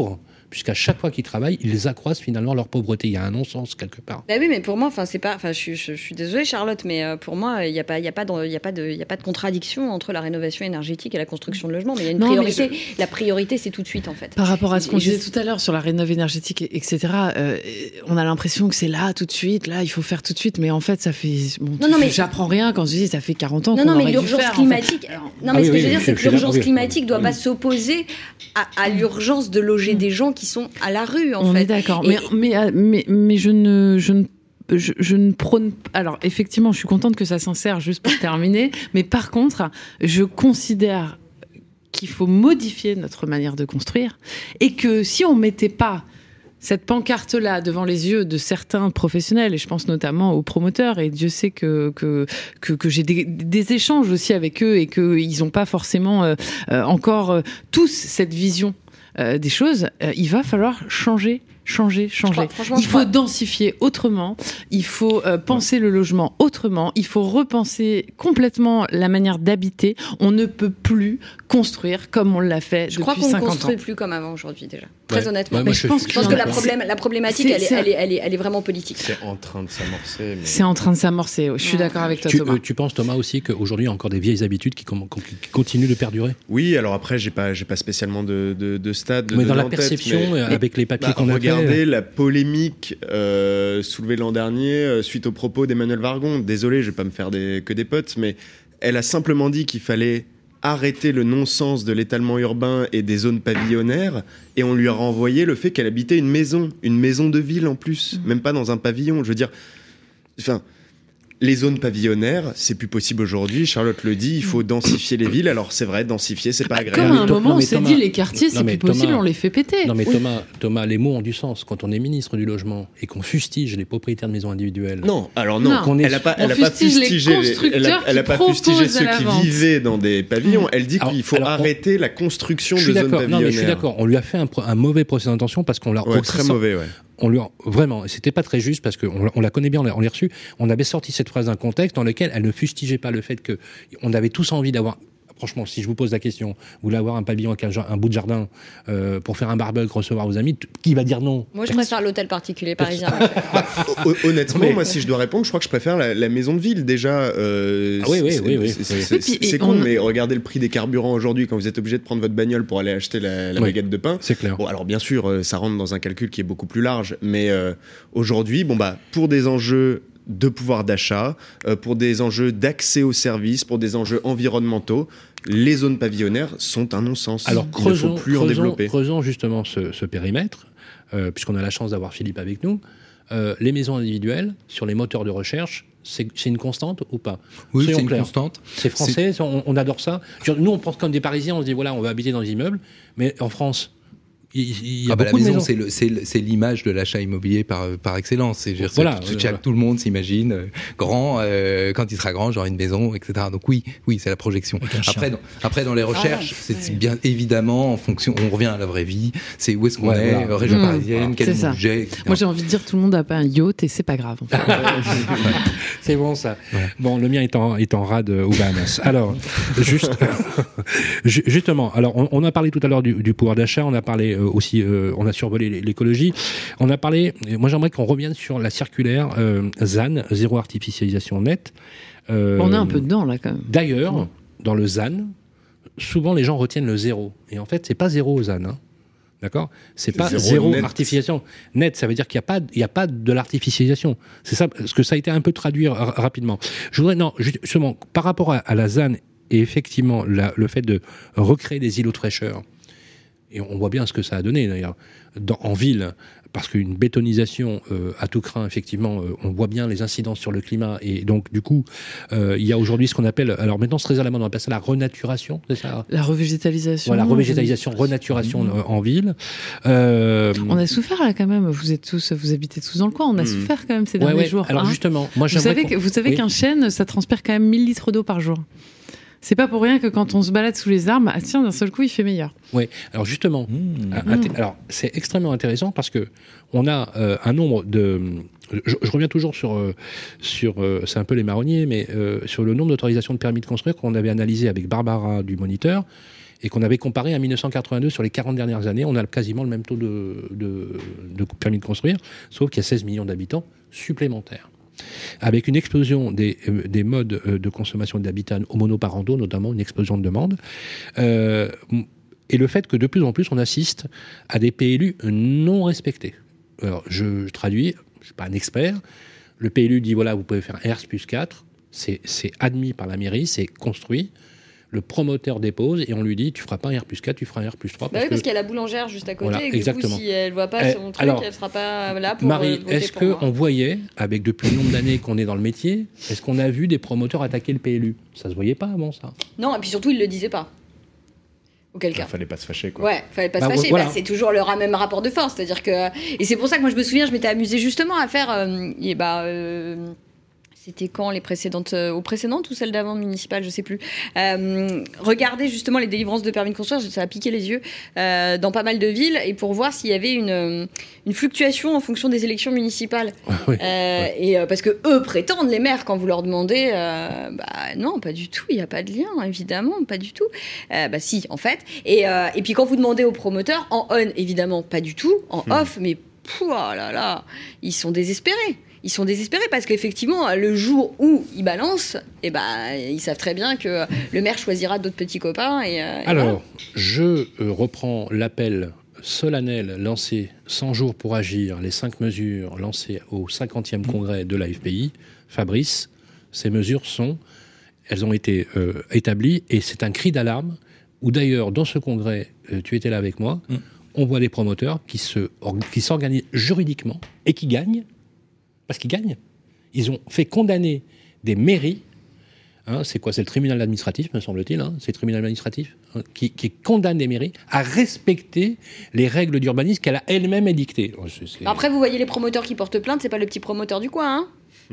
puisqu'à chaque fois qu'ils travaillent, ils accroissent finalement leur pauvreté. Il y a un non-sens quelque part. Bah oui, mais pour moi, enfin, c'est pas, enfin, je, je, je suis désolée, Charlotte, mais euh, pour moi, il n'y a pas, il y a pas, de, il y a pas de, il y a pas de contradiction entre la rénovation énergétique et la construction de logements. Mais il y a une Non, priorité. je... La priorité, c'est tout de suite, en fait. Par rapport à ce qu'on je... disait tout à l'heure sur la rénov énergétique, et cetera. Euh, on a l'impression que c'est là tout de suite, là, il faut faire tout de suite, mais en fait, ça fait. Bon, non, non, mais j'apprends rien quand je dis ça fait quarante ans. Non, qu'on non, mais aurait dû l'urgence faire, climatique. En fait. Alors, non, mais ah ce oui, que je veux oui, dire, je, c'est je que suis l'urgence d'accord, climatique ne doit oui. pas s'opposer à, à l'urgence de loger des gens qui sont à la rue, en on fait. est d'accord, Et... mais, mais, mais, mais je ne. Je ne Je, je ne prône. Alors, effectivement, je suis contente que ça s'insère juste pour terminer. Mais par contre, je considère qu'il faut modifier notre manière de construire et que si on mettait pas cette pancarte-là devant les yeux de certains professionnels, et je pense notamment aux promoteurs, et Dieu sait que, que, que, que j'ai des, des échanges aussi avec eux et qu'ils n'ont pas forcément euh, euh, encore euh, tous cette vision euh, des choses, euh, il va falloir changer. Changer, changer. Crois, il faut crois... densifier autrement, il faut euh, penser ouais. le logement autrement, il faut repenser complètement la manière d'habiter. On ne peut plus construire comme on l'a fait je depuis cinquante ans. Je crois qu'on ne construit plus comme avant aujourd'hui déjà. Très ouais. honnêtement. Ouais, mais je, je pense je pense que, que la, problème, la problématique, elle est, elle, est, elle, est, elle, est, elle est vraiment politique. C'est en train de s'amorcer. Mais... C'est en train de s'amorcer. Je suis ouais. d'accord avec toi, tu, Thomas. Euh, tu penses, Thomas, aussi qu'aujourd'hui, il y a encore des vieilles habitudes qui, com- qui continuent de perdurer ? Oui, alors après, j'ai pas, j'ai pas spécialement de, de, de stade. De, mais de dans la tête, perception, mais... avec les papiers bah, qu'on a fait. Regardez la polémique euh, soulevée l'an dernier euh, suite aux propos d'Emmanuel Vargon. Désolé, je vais pas me faire des, que des potes, mais elle a simplement dit qu'il fallait arrêter le non-sens de l'étalement urbain et des zones pavillonnaires, et on lui a renvoyé le fait qu'elle habitait une maison, une maison de ville en plus, mmh. même pas dans un pavillon. Je veux dire, enfin, les zones pavillonnaires, c'est plus possible aujourd'hui. Charlotte le dit, il faut densifier les villes. Alors c'est vrai, densifier, c'est pas agréable. Comme à un moment, non, on s'est Thomas, dit les quartiers, c'est plus Thomas, possible, on les fait péter. Non mais oui. Thomas, Thomas, les mots ont du sens. Quand on est ministre du logement et qu'on fustige les propriétaires de maisons individuelles. Non, alors non, non. Qu'on est... elle a pas, elle a on pas fustigé, les elle a, elle a pas fustigé ceux qui vente. vivaient dans des pavillons. Mmh. Elle dit alors, qu'il faut alors, arrêter on... la construction de zones pavillonnaires. Non mais je suis d'accord. On lui a fait un, un mauvais procès d'intention parce qu'on l'a ouais, très sans... mauvais, ouais. On lui a, vraiment, c'était pas très juste parce qu'on on la connaît bien, on l'a, on l'a reçue. On avait sorti cette phrase d'un contexte dans lequel elle ne fustigeait pas le fait que on avait tous envie d'avoir. Franchement, si je vous pose la question, vous voulez avoir un pavillon avec un, un bout de jardin euh, pour faire un barbecue, recevoir vos amis, t- qui va dire non ? Moi, je préfère l'hôtel particulier parisien. Honnêtement, mais... moi, si je dois répondre, je crois que je préfère la, la maison de ville déjà. Euh, ah oui, oui, c'est, oui, oui. C'est, oui. c'est, c'est, c'est con, on... mais regardez le prix des carburants aujourd'hui quand vous êtes obligé de prendre votre bagnole pour aller acheter la, la oui, baguette de pain. C'est clair. Bon, alors bien sûr, ça rentre dans un calcul qui est beaucoup plus large, mais euh, aujourd'hui, bon bah, pour des enjeux de pouvoir d'achat, euh, pour des enjeux d'accès aux services, pour des enjeux environnementaux, les zones pavillonnaires sont un non-sens. Alors, il creusons, ne faut plus creusons, en développer. Creusons justement ce, ce périmètre, euh, puisqu'on a la chance d'avoir Philippe avec nous. Euh, les maisons individuelles, sur les moteurs de recherche, c'est, c'est une constante ou pas ? Oui, Soyons c'est une clairs. constante. C'est français, c'est... On, on adore ça. Nous, on pense comme des Parisiens, on se dit, voilà, on va habiter dans des immeubles, mais en France... Il, il y a ah bah beaucoup la maison, de maisons. C'est, le, c'est, le, c'est l'image de l'achat immobilier par, par excellence. C'est, dire, voilà, c'est, euh, voilà. Tout le monde s'imagine euh, grand, euh, quand il sera grand, j'aurai une maison, et cetera. Donc oui, oui, c'est la projection. Après dans, après, dans les recherches, ah, c'est, c'est bien évidemment en fonction, on revient à la vraie vie, c'est où est-ce qu'on ouais, est, voilà. région mmh. parisienne, quel est mon budget, et cetera. Moi j'ai envie de dire, tout le monde n'a pas un yacht et c'est pas grave. En fait. C'est bon ça. Ouais. Bon, le mien est en, est en rade aux Bahamas. Alors, juste, justement, alors on, on a parlé tout à l'heure du, du pouvoir d'achat, on a parlé euh, aussi... Euh, on a survolé l'écologie. On a parlé, moi j'aimerais qu'on revienne sur la circulaire euh, Z A N, zéro artificialisation nette. Euh, on est un peu dedans là quand même. D'ailleurs, mmh. dans le Z A N, souvent les gens retiennent le zéro. Et en fait, c'est pas zéro au Z A N. Hein. D'accord ? C'est, c'est pas zéro, zéro net. Artificialisation nette. Ça veut dire qu'il n'y a pas, il y a pas de l'artificialisation. C'est ça, parce que ça a été un peu traduit r- rapidement. Je voudrais, non, justement, par rapport à, à la Z A N et effectivement la, le fait de recréer des îlots de fraîcheur. Et on voit bien ce que ça a donné, d'ailleurs, dans, en ville, parce qu'une bétonisation euh, à tout crin, effectivement, euh, on voit bien les incidences sur le climat. Et donc, du coup, euh, il y a aujourd'hui ce qu'on appelle... Alors maintenant, c'est très à la mode, on appelle ça la renaturation, c'est ça ? La revégétalisation. Voilà, revégétalisation, renaturation mmh. euh, en ville. Euh... On a souffert, là, quand même. Vous êtes tous, vous habitez tous dans le coin. On a mmh. souffert, quand même, ces derniers ouais, ouais. jours. Alors, hein justement, moi, vous savez, qu'on... vous savez oui. qu'un chêne, ça transpire quand même mille litres d'eau par jour. C'est pas pour rien que quand on se balade sous les arbres, ah tiens, d'un seul coup, il fait meilleur. Oui, alors justement, mmh. inté- alors c'est extrêmement intéressant parce que on a euh, un nombre de... Je, je reviens toujours sur, euh, sur euh, c'est un peu les marronniers, mais euh, sur le nombre d'autorisations de permis de construire qu'on avait analysé avec Barbara du Moniteur. et qu'on avait comparé à mille neuf cent quatre-vingt-deux sur les quarante dernières années, on a quasiment le même taux de, de, de permis de construire, sauf qu'il y a seize millions d'habitants supplémentaires. Avec une explosion des, euh, des modes euh, de consommation d'habitat monoparentaux, notamment une explosion de demande, euh, et le fait que de plus en plus on assiste à des P L U non respectés. Alors, je, je traduis, je ne suis pas un expert, le P L U dit voilà, vous pouvez faire R plus quatre, c'est, c'est admis par la mairie, c'est construit. Le promoteur dépose et on lui dit tu feras pas un R plus quatre, tu feras un R plus trois. Bah parce oui, parce que... qu'il y a la boulangère juste à côté Voilà, et que exactement. du coup, si elle ne voit pas Euh, son truc, alors, elle ne sera pas là pour Marie, euh, voter est-ce pour moi. qu'on voyait, avec depuis le nombre d'années qu'on est dans le métier, est-ce qu'on a vu des promoteurs attaquer le P L U? Ça se voyait pas avant ça. Non, et puis surtout, ils ne le disaient pas. Auquel cas. Il fallait pas se fâcher, quoi. Ouais, fallait pas Bah, se fâcher. voilà. Bah, c'est toujours le même rapport de force, c'est-à-dire que et c'est pour ça que moi je me souviens, je m'étais amusée justement à faire, euh, et bah, euh, c'était quand les précédentes, euh, aux précédentes ou celles d'avant municipales, je sais plus. Euh, regarder justement les délivrances de permis de construire, ça a piqué les yeux euh, dans pas mal de villes et pour voir s'il y avait une une fluctuation en fonction des élections municipales. Oui. Euh, ouais. Et euh, parce que eux prétendent les maires quand vous leur demandez, euh, bah non, pas du tout, il n'y a pas de lien, évidemment, pas du tout. Euh, bah si, en fait. Et euh, et puis quand vous demandez aux promoteurs, en on, évidemment, pas du tout, en hmm. off, mais pouah là là, ils sont désespérés. Ils sont désespérés parce qu'effectivement, le jour où ils balancent, eh ben, ils savent très bien que le maire choisira d'autres petits copains. Et, euh, et Alors, voilà. je euh, reprends l'appel solennel lancé cent jours pour agir, les cinq mesures lancées au cinquantième congrès de l'A F P I. Fabrice, ces mesures sont, elles ont été euh, établies et c'est un cri d'alarme où d'ailleurs, dans ce congrès, euh, tu étais là avec moi, mm. on voit des promoteurs qui, se, qui s'organisent juridiquement et qui gagnent. Parce qu'ils gagnent. Ils ont fait condamner des mairies. Hein, c'est quoi? C'est le tribunal administratif, me semble-t-il. Hein, c'est le tribunal administratif hein, qui, qui condamne des mairies à respecter les règles d'urbanisme qu'elle a elle-même édictées. C'est, c'est... Après, vous voyez les promoteurs qui portent plainte, c'est pas le petit promoteur du coin. Hein.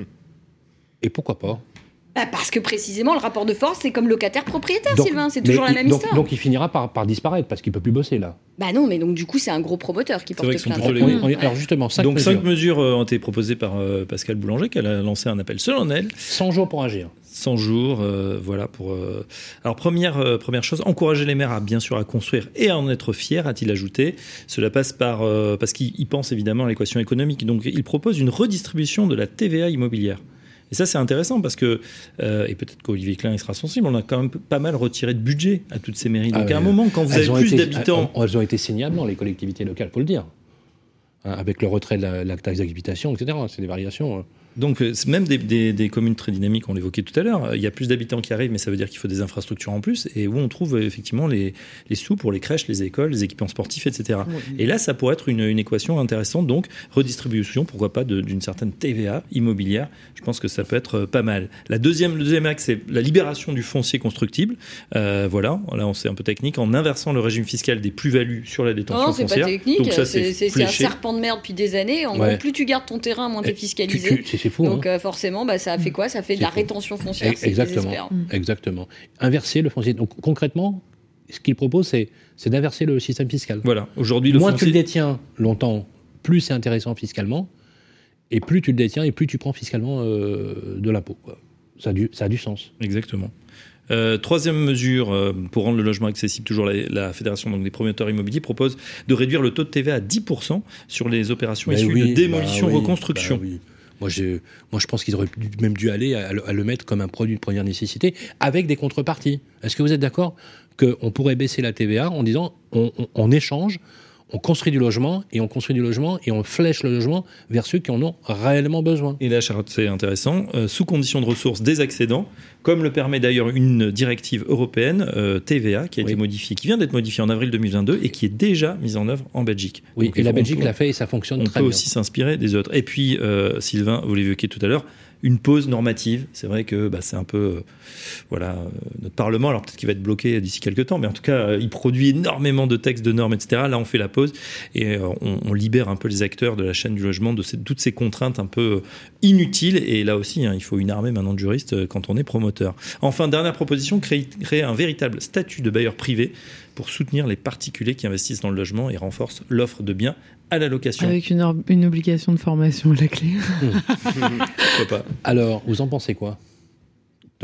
Et pourquoi pas? Bah parce que précisément, le rapport de force, c'est comme locataire-propriétaire, donc, Sylvain. C'est toujours la même donc, histoire. Donc il finira par, par disparaître parce qu'il peut plus bosser là. Bah non, mais donc du coup, c'est un gros promoteur qui porte plainte. On, on, on, alors justement, cinq donc mesures. cinq mesures ont été proposées par euh, Pascal Boulanger, qui a lancé un appel solennel. cent jours pour agir. cent jours, euh, voilà pour. Euh... Alors première euh, première chose, encourager les maires à bien sûr à construire et à en être fiers, a-t-il ajouté. Cela passe par euh, parce qu'il pense évidemment à l'équation économique. Donc il propose une redistribution de la T V A immobilière. Et ça, c'est intéressant parce que, euh, et peut-être qu'Olivier Klein y sera sensible, on a quand même pas mal retiré de budget à toutes ces mairies. Donc ah, à un moment, quand vous avez plus été, d'habitants... Elles, elles ont été saignables dans les collectivités locales, faut le dire. Hein, avec le retrait de la, la taxe d'habitation, et cetera. C'est des variations... Hein. Donc, même des, des, des communes très dynamiques, on l'évoquait tout à l'heure, il y a plus d'habitants qui arrivent, mais ça veut dire qu'il faut des infrastructures en plus, et où on trouve effectivement les, les sous pour les crèches, les écoles, les équipements sportifs, et cetera. Oui. Et là, ça pourrait être une, une équation intéressante, donc redistribution, pourquoi pas, de, d'une certaine T V A immobilière. Je pense que ça peut être pas mal. La deuxième, le deuxième axe, c'est la libération du foncier constructible. Euh, voilà, là, on c'est un peu technique, en inversant le régime fiscal des plus-values sur la détention non, foncière. Non, c'est pas technique, donc, ça, c'est, c'est, c'est un serpent de merde depuis des années. En ouais. gros, plus tu gardes ton terrain, moins t'es fiscalisé. Tu, tu, c'est fou, donc, hein. euh, forcément, bah, ça a fait quoi? Ça fait de la fou. rétention foncière. C'est exactement, exactement. Inverser le foncier. Donc concrètement, ce qu'il propose, c'est, c'est d'inverser le système fiscal. Voilà. Aujourd'hui, le moins foncier... tu le détiens longtemps, plus c'est intéressant fiscalement, et plus tu le détiens, et plus tu prends fiscalement euh, de l'impôt. Quoi. Ça a du, ça a du sens. Exactement. Euh, troisième mesure, euh, pour rendre le logement accessible, toujours la, la Fédération donc, des promoteurs immobiliers propose de réduire le taux de T V A à dix pour cent sur les opérations bah issues oui, de démolition-reconstruction. Bah oui, bah oui. Moi, je, moi, je pense qu'ils auraient même dû aller à, à le mettre comme un produit de première nécessité, avec des contreparties. Est-ce que vous êtes d'accord qu'on pourrait baisser la T V A en disant on, on, on échange, on construit du logement, et on construit du logement, et on flèche le logement vers ceux qui en ont réellement besoin. Et là, c'est intéressant, euh, sous condition de ressources des accédants, comme le permet d'ailleurs une directive européenne, euh, T V A, qui a oui. été modifiée, qui vient d'être modifiée en avril deux mille vingt-deux, et qui est déjà mise en œuvre en Belgique. Oui, donc, et la Belgique l'a fait, et ça fonctionne très bien. On peut aussi s'inspirer des autres. Et puis, euh, Sylvain, vous l'évoquiez tout à l'heure, une pause normative. C'est vrai que bah, c'est un peu euh, voilà, euh, notre Parlement, alors peut-être qu'il va être bloqué d'ici quelques temps, mais en tout cas, euh, il produit énormément de textes, de normes, et cetera. Là, on fait la pause et euh, on, on libère un peu les acteurs de la chaîne du logement de ces, toutes ces contraintes un peu inutiles. Et là aussi, hein, il faut une armée maintenant de juristes quand on est promoteur. Enfin, dernière proposition, créer, créer un véritable statut de bailleur privé pour soutenir les particuliers qui investissent dans le logement et renforcent l'offre de biens à la location. Avec une, or- une obligation de formation à la clé. Pourquoi pas. Alors, vous en pensez quoi, Thomas ?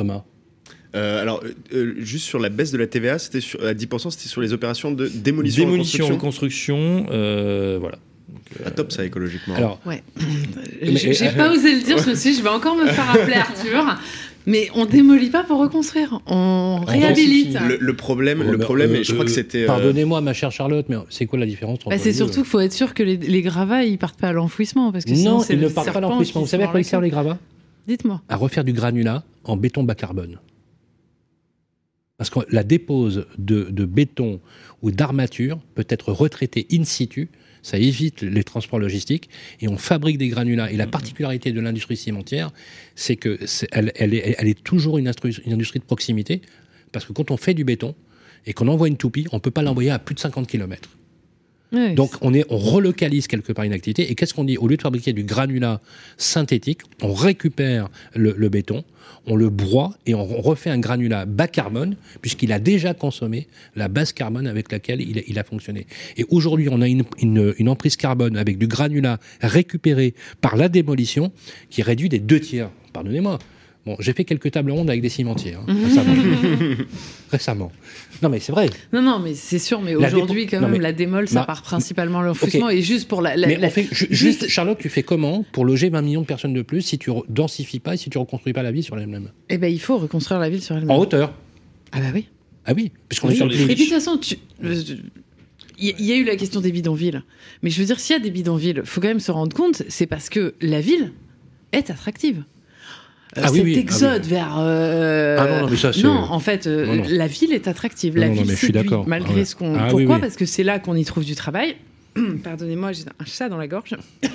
Euh, alors, euh, juste sur la baisse de la T V A, c'était sur, à dix pour cent, c'était sur les opérations de démolition, Démolition, reconstruction. reconstruction, euh, voilà. Pas top ça écologiquement. Alors, Ouais. Mais- J'ai j'ai pas osé le dire, je me suis dit, je vais encore me faire appeler Arthur. Mais on démolit pas pour reconstruire, on réhabilite. rectifie. le, le problème, Ouais, le mais, problème, euh, et je crois euh, que c'était. euh, Pardonnez-moi, ma chère Charlotte, mais c'est quoi la différence entre Bah, les c'est deux surtout qu'il faut être sûr que les, les gravats ils partent pas à l'enfouissement parce que sinon Non, c'est ils le ne partent pas à serpent l'enfouissement. qui Vous savez à se quoi ils mord servent la les gravats? queue. Dites-moi. À refaire du granulat en béton bas carbone. Parce que la dépose de, de béton ou d'armature peut être retraitée in situ, ça évite les transports logistiques, et on fabrique des granulats. Et la particularité de l'industrie cimentière, c'est qu'elle elle, elle est, elle est toujours une, instru- une industrie de proximité, parce que quand on fait du béton et qu'on envoie une toupie, on ne peut pas l'envoyer à plus de cinquante kilomètres. Ouais, Donc on, est, on relocalise quelque part une activité. Et qu'est-ce qu'on dit? Au lieu de fabriquer du granulat synthétique, on récupère le, le béton, on le broie et on refait un granulat bas carbone, puisqu'il a déjà consommé la base carbone avec laquelle il a, il a fonctionné. Et aujourd'hui, on a une, une, une emprise carbone avec du granulat récupéré par la démolition qui réduit des deux tiers. Pardonnez-moi. Bon, j'ai fait quelques tables rondes avec des cimentiers, hein, récemment. récemment. Non, mais c'est vrai. Non, non, mais c'est sûr, mais La aujourd'hui, dépo- quand non, même, mais- la démol, ça Ma- part principalement à l'enfouissement. Ok. Et juste pour la. la- Mais la- on fait, ju- juste- juste, Charlotte, tu fais comment pour loger vingt millions de personnes de plus si tu re- densifies pas et si tu reconstruis pas la ville sur elle-même? Eh ben, il faut reconstruire la ville sur elle-même. En hauteur. Ah, bah oui. Ah oui, puisqu'on Oui. est sur les les Et puis, de friches. toute façon, tu. euh, Il y a eu la question des bidonvilles. Mais je veux dire, s'il y a des bidonvilles, faut quand même se rendre compte, c'est parce que la ville est attractive. Euh, Ah oui, cet oui, ah exode oui. vers. euh, Ah non, non, mais ça, c'est- non, en fait, euh, Non, non. la ville est attractive. Non, la non, non, ville mais je suis séduit, d'accord. malgré Ah ouais. ce qu'on. Ah oui, Pourquoi oui. Parce que c'est là qu'on y trouve du travail. Pardonnez-moi, j'ai un chat dans la gorge.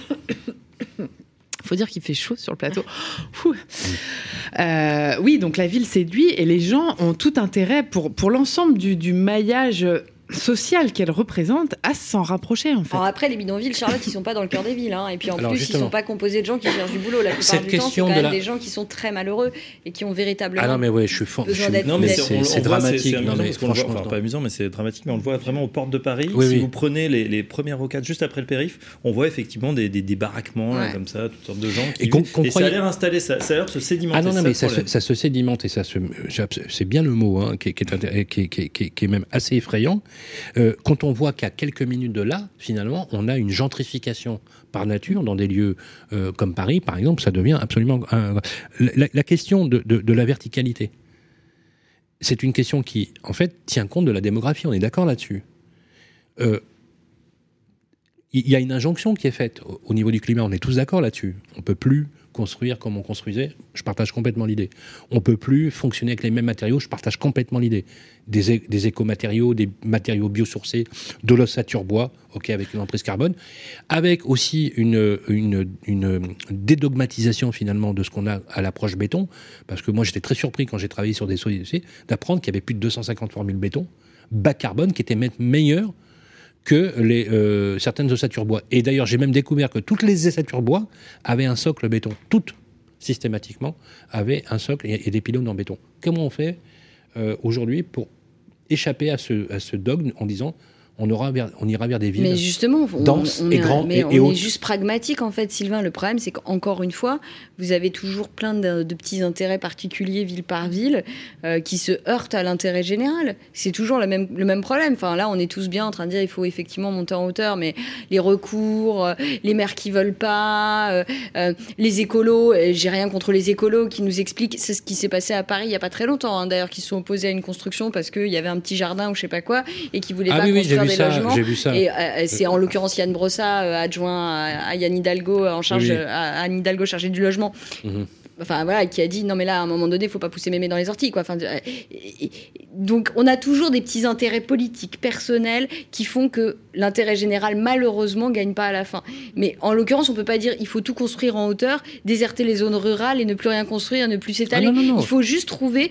Faut dire qu'il fait chaud sur le plateau. Ouh. Euh, oui, donc la ville séduit et les gens ont tout intérêt pour, pour l'ensemble du, du maillage social qu'elle représente à s'en rapprocher en fait. Alors après, les bidonvilles, Charlotte, ils sont pas dans le cœur des villes. Hein. Et puis en Alors, plus, justement. ils sont pas composés de gens qui cherchent du boulot. La plupart Cette du temps, c'est question quand de même la- des gens qui sont très malheureux et qui ont véritablement. Ah non, mais ouais, je suis fan. Besoin je suis- d'être- Non, mais Mais c'est, c'est- on, c'est on voit, dramatique. c'est, c'est Non, amusant mais parce qu'on le voit, franchement, enfin, pas amusant, mais c'est dramatique, mais on le voit vraiment aux portes de Paris. Oui, si oui. vous prenez les, les premières rocades juste après le périph', on voit effectivement des, des, des baraquements là, Ouais. comme ça, toutes sortes de gens qui Et qu'on- vivent. qu'on et ça croyait- a l'air installé, ça, ça a l'air de se sédimenter. Ah non, non, c'est mais ça ça le se, problème. ça se sédimente et ça se. C'est bien le mot, hein, qui, est- qui est intér- qui, est- qui est- qui est- qui est même assez effrayant. Euh, quand on voit qu'à quelques minutes de là, finalement, on a une gentrification par nature dans des lieux euh, comme Paris, par exemple, ça devient absolument. un- la, la question de, de- de la verticalité, c'est une question qui, en fait, tient compte de la démographie. On est d'accord là-dessus. Euh, Il y a une injonction qui est faite au, au niveau du climat. On est tous d'accord là-dessus. On peut plus construire comme on construisait. Je partage complètement l'idée. On peut plus fonctionner avec les mêmes matériaux. Je partage complètement l'idée. Des, é- des écomatériaux, des matériaux biosourcés, de l'ossature bois, ok, avec une emprise carbone, avec aussi une, une, une dédogmatisation finalement de ce qu'on a à l'approche béton. Parce que moi, j'étais très surpris quand j'ai travaillé sur des sociétés d'apprendre qu'il y avait plus de deux cent cinquante formules béton bas carbone qui étaient même meilleures que les, euh, certaines ossatures bois. Et d'ailleurs, j'ai même découvert que toutes les ossatures bois avaient un socle béton. Toutes, systématiquement, avaient un socle et, et des pylônes en béton. Comment on fait euh, aujourd'hui pour échapper à ce, à ce dogme en disant on, aura vers, on ira vers des villes Mais justement, on, denses on et est, grandes mais et, on et est hautes. juste pragmatique en fait, Sylvain. Le problème, c'est qu'encore une fois, vous avez toujours plein de, de petits intérêts particuliers ville par ville euh, qui se heurtent à l'intérêt général. C'est toujours le même, le même problème. Enfin, là, on est tous bien en train de dire il faut effectivement monter en hauteur, mais les recours, euh, les maires qui veulent pas, euh, euh, les écolos. euh, J'ai rien contre les écolos qui nous expliquent. C'est ce qui s'est passé à Paris il y a pas très longtemps, hein, d'ailleurs, qui se sont opposés à une construction parce qu'il y avait un petit jardin ou je sais pas quoi et qui voulaient Ah pas oui, oui, j'ai construire vu des ça, logements. j'ai vu ça. Et euh, c'est en l'occurrence Yann Brossa, euh, adjoint à, à Yann Hidalgo, euh, en charge Oui, oui. euh, à Anne Hidalgo chargée du logement. Mhm. Enfin voilà, qui a dit non mais là à un moment donné, il faut pas pousser mémé dans les orties quoi. Enfin, euh, et- et- donc on a toujours des petits intérêts politiques personnels qui font que l'intérêt général malheureusement gagne pas à la fin. Mais en l'occurrence, on peut pas dire il faut tout construire en hauteur, déserter les zones rurales et ne plus rien construire, ne plus s'étaler. Ah non, non, non. Il faut juste trouver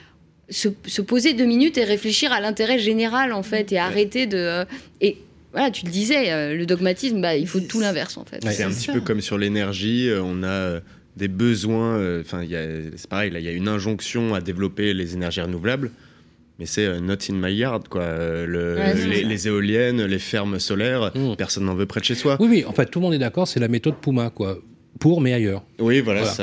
se, se poser deux minutes et réfléchir à l'intérêt général en fait et arrêter de euh, et voilà, tu le disais, euh, le dogmatisme, bah, il faut tout l'inverse en fait. Ouais. C'est un C'est petit ça. peu comme sur l'énergie, euh, on a euh, des besoins, euh, enfin il y a- c'est pareil, là il y a une injonction à développer les énergies renouvelables, mais c'est euh, not in my yard quoi. Euh, le- Ouais, c'est les, ça. les éoliennes, les fermes solaires, Mmh. personne n'en veut près de chez soi. Oui, oui, en fait, tout le monde est d'accord, c'est la méthode Puma, quoi. Pour, mais ailleurs. Oui, voilà, Voilà. ça.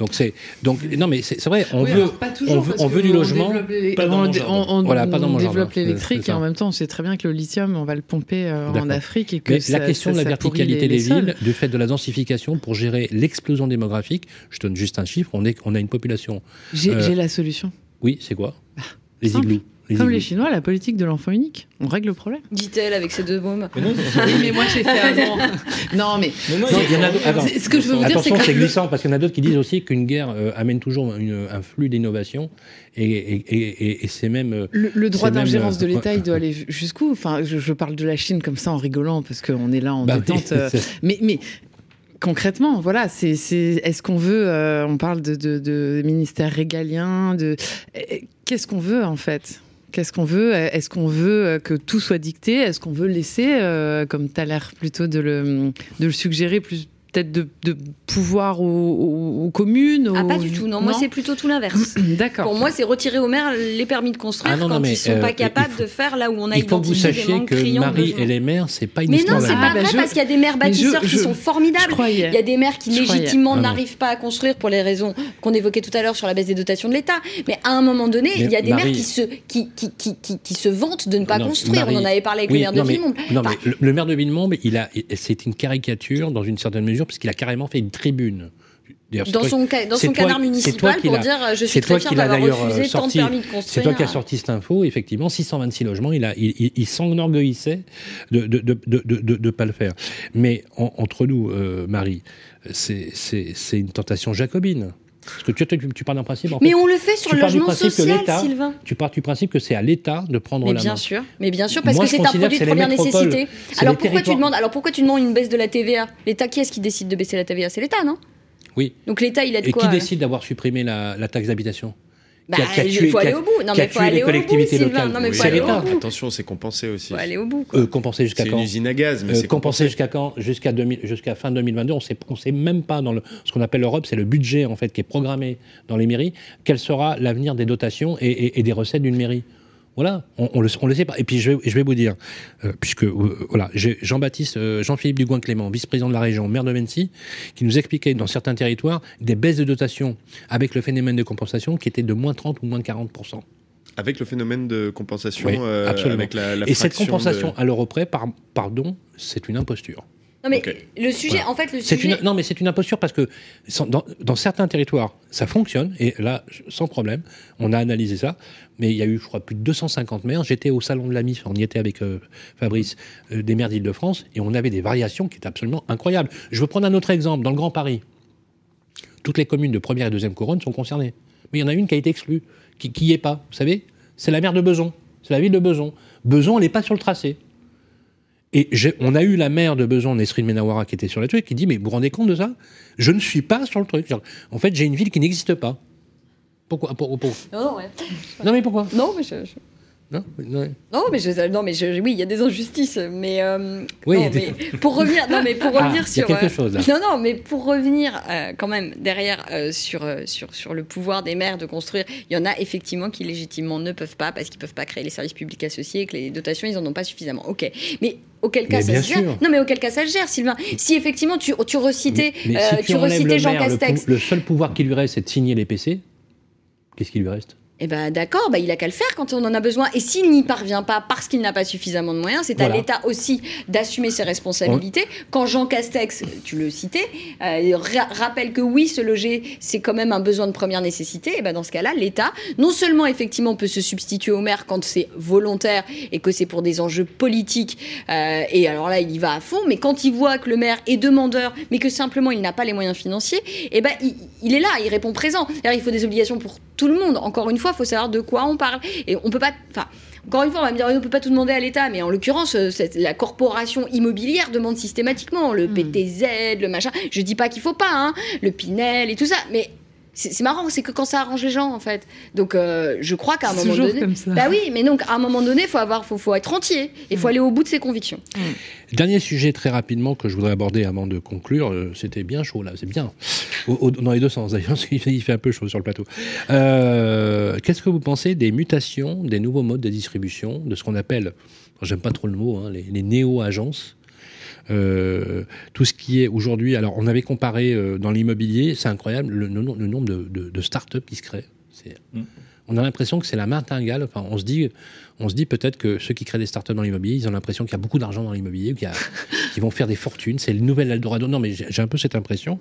Donc c'est donc non mais c'est, c'est vrai, on Oui, veut alors, pas toujours, on veut, parce on veut que du logement, développe les- pas dans on, mon jardin. on- on- Voilà, pas dans on mon développe jardin, c'est- l'électrique c'est et en ça. même temps on sait très bien que le lithium on va le pomper euh, en D'accord. Afrique et que Mais ça, la question ça- de la ça pourrit verticalité les- les des sols. villes, du fait de la densification pour gérer l'explosion démographique, je donne juste un chiffre, on, est, on a une population. J'ai Euh, j'ai la solution. Oui, c'est quoi Les simple. igloos. Les Comme igloos. les Chinois, la politique de l'enfant unique, on règle le problème. Dit-elle avec ses deux mômes. Mais non, c'est- Oui, mais moi j'ai fait avant. Non, mais mais non, Non, il y en a d'autres- attends. c'est- ce que je veux vous dire, c'est Attention, que c'est le- glissant parce qu'il y en a d'autres qui disent aussi qu'une guerre euh, amène toujours une- un flux d'innovation et, et, et, et- et c'est même. euh, Le, le droit C'est même, d'ingérence de euh, l'État, ouais. il doit aller jusqu'où? Enfin, je, je parle de la Chine comme ça en rigolant parce qu'on est là en bah oui, détente. euh, c'est- mais, mais concrètement, voilà, c'est, c'est, est-ce qu'on veut, euh, on parle de, de, de ministère régalien, de, euh, qu'est-ce qu'on veut en fait? Qu'est-ce qu'on veut? Est-ce qu'on veut que tout soit dicté? Est-ce qu'on veut laisser, euh, comme tu as l'air plutôt de le, de le suggérer, plus peut-être de, de pouvoir aux, aux- aux communes Ah, aux- pas du tout, non. Moi, c'est plutôt tout l'inverse. D'accord. Pour moi, c'est retirer aux maires les permis de construire Ah non, non, quand mais, ils sont euh, pas il capables faut- de faire là où on a Il faut que vous identifié des sachiez manques que criants de Marie logements. et les maires, c'est pas une Mais histoire non, c'est de- Ah, pas bah, vrai je- parce qu'il y a des maires mais je- bâtisseurs qui je- sont Je formidables. croyais. Il y a des maires qui Je croyais. légitimement Ah non. n'arrivent pas à construire pour les raisons qu'on évoquait tout à l'heure sur la baisse des dotations de l'État. Mais à un moment donné, Mais il y a des Marie- maires qui se, qui, qui, qui, qui, qui se vantent de ne pas Non, construire. Marie- On en avait parlé avec Oui, le maire de non, mais- Villemont. Non, Enfin, mais le, le maire de Villemont, il a, c'est une caricature dans une certaine mesure, parce qu'il a carrément fait une tribune. D'ailleurs, c'est dans toi- son, ca- dans c'est son toi- canard c'est toi municipal qui pour l'as- dire euh, je c'est suis toi très fier qui l'as d'avoir d'ailleurs, refusé euh, tant de sorti. permis de C'est construire. toi qui as sorti cette info, effectivement, six cent vingt-six logements, il, a, il, il, il s'enorgueillissait de ne de, de, de, de, de- de pas le faire. Mais en- entre nous, euh, Marie, c'est, c'est, c'est une tentation jacobine. Parce que tu, tu, tu pars d'un principe. En Mais fait, on le fait sur tu le pars du logement principe que social, l'État- Sylvain. tu pars du principe que c'est à l'État de prendre Mais la bien main. sûr, mais bien sûr, parce Moi, que je c'est un considère produit que de c'est les première métropoles, nécessité. c'est Alors les pourquoi tu territoires. demandes Alors pourquoi tu demandes une baisse de la T V A? L'État, qui est-ce qui décide de baisser la T V A? C'est l'État, non? Oui. Donc l'État, il a de Et quoi qui euh décide d'avoir supprimé la, la taxe d'habitation? Bah, Qui a- qui a il tué- faut qui a- aller au bout. Non, qui a mais faut tué aller les au bout, collectivités Sylvain. locales. Non, mais Oui, faut c'est aller au l'État. bout. Attention, c'est compensé aussi. Faut aller au bout. Euh, compensé jusqu'à C'est quand une usine à gaz, mais Euh, c'est compensé compensé. jusqu'à quand Jusqu'à deux mille jusqu'à fin deux mille vingt-deux. On sait, on sait même pas dans le, ce qu'on appelle l'Europe, c'est le budget en fait qui est programmé dans les mairies. Quel sera l'avenir des dotations et, et- et des recettes d'une mairie? Voilà, on, on le, on le sait pas. Et puis je vais, je vais vous dire, euh, puisque euh, voilà, j'ai Jean-Baptiste, euh, Jean-Philippe Dugouin-Clément, vice-président de la région, maire de Mency, qui nous expliquait dans certains territoires des baisses de dotation avec le phénomène de compensation qui était de moins trente ou moins quarante pour cent. Avec le phénomène de compensation, Oui, euh, absolument. avec la, la Et cette fraction compensation de- à l'euro près, par, pardon, c'est une imposture. Non, mais Ok. le sujet, Voilà. en fait, le C'est sujet. une, non, mais c'est une imposture parce que sans- dans, dans certains territoires, ça fonctionne, et là, je- sans problème, on a analysé ça, mais il y a eu, je crois, plus de deux cent cinquante maires. J'étais au Salon de la M I F, on y était avec euh, Fabrice, euh, des maires d'Île-de-France, et on avait des variations qui étaient absolument incroyables. Je veux prendre un autre exemple, dans le Grand Paris. Toutes les communes de première et deuxième couronne sont concernées. Mais il y en a une qui a été exclue, qui n'y est pas, vous savez? C'est la maire de Besançon, c'est la ville de Besançon. Besançon, elle n'est pas sur le tracé. Et j'ai- on a eu la maire de Besançon, Nesrine Menawara, qui était sur le truc, qui dit, mais vous vous rendez compte de ça? Je ne suis pas sur le truc. Genre, en fait, j'ai une ville qui n'existe pas. Pourquoi pour- pour- Non, non, ouais. Non, mais pourquoi? Non, mais je. je- Non, non. Non, mais je, non, mais je, oui, il y a des injustices, mais, euh, Oui, non, il y a des- mais pour revenir, non, mais pour Ah, revenir il y a sur, quelque euh, chose, là. non, non, mais pour revenir euh, quand même derrière euh, sur euh, sur sur le pouvoir des maires de construire, il y en a effectivement qui légitimement ne peuvent pas parce qu'ils peuvent pas créer les services publics associés, que les dotations ils en ont pas suffisamment. Ok, mais auquel cas Mais ça bien se gère? sûr. Non, mais auquel cas ça se gère, Sylvain? Si effectivement tu tu recitais, Mais euh, si tu tu enlèves recitais le Jean maire, le, Castex. pou- le seul pouvoir qui lui reste, c'est de signer les P C. Qu'est-ce qui lui reste? Eh ben d'accord, bah, il a qu'à le faire quand on en a besoin. Et s'il n'y parvient pas parce qu'il n'a pas suffisamment de moyens, c'est Voilà. à l'État aussi d'assumer ses responsabilités. Quand Jean Castex, tu le citais, euh, ra- rappelle que oui, se loger, c'est quand même un besoin de première nécessité, et ben dans ce cas-là, l'État, non seulement effectivement peut se substituer au maire quand c'est volontaire et que c'est pour des enjeux politiques, euh, et alors là, il y va à fond, mais quand il voit que le maire est demandeur, mais que simplement il n'a pas les moyens financiers, et ben il, il est là, il répond présent. C'est-à-dire, il faut des obligations pour tout le monde. Encore une fois, il faut savoir de quoi on parle. Et on peut pas... Enfin, encore une fois, on va me dire, on ne peut pas tout demander à l'État, mais en l'occurrence, euh, cette- la corporation immobilière demande systématiquement le P T Z, le machin. Je dis pas qu'il faut pas, hein, le Pinel et tout ça, mais c'est c'est marrant, c'est que quand ça arrange les gens, en fait. Donc, euh, je crois qu'à un C'est moment toujours donné... comme ça. Bah oui, mais donc, à un moment donné, il faut, avoir, faut, faut être entier. Il faut aller au bout de ses convictions. Dernier sujet très rapidement que je voudrais aborder avant de conclure. euh, C'était bien chaud là, c'est bien. Au- au- dans les deux sens d'ailleurs, parce qu'il fait, il fait un peu chaud sur le plateau. Euh, Qu'est-ce que vous pensez des mutations, des nouveaux modes de distribution, de ce qu'on appelle, j'aime pas trop le mot, hein, les, les néo-agences, Euh, tout ce qui est aujourd'hui... Alors, on avait comparé euh, dans l'immobilier, c'est incroyable, le, le, le nombre de, de, de start-up qui se créent. C'est... Mm. On a l'impression que c'est la martingale. Enfin, on se dit, on se dit peut-être que ceux qui créent des startups dans l'immobilier, ils ont l'impression qu'il y a beaucoup d'argent dans l'immobilier, qu'il y a, qu'ils vont faire des fortunes. C'est le nouvel Eldorado. Non, mais j'ai, j'ai un peu cette impression.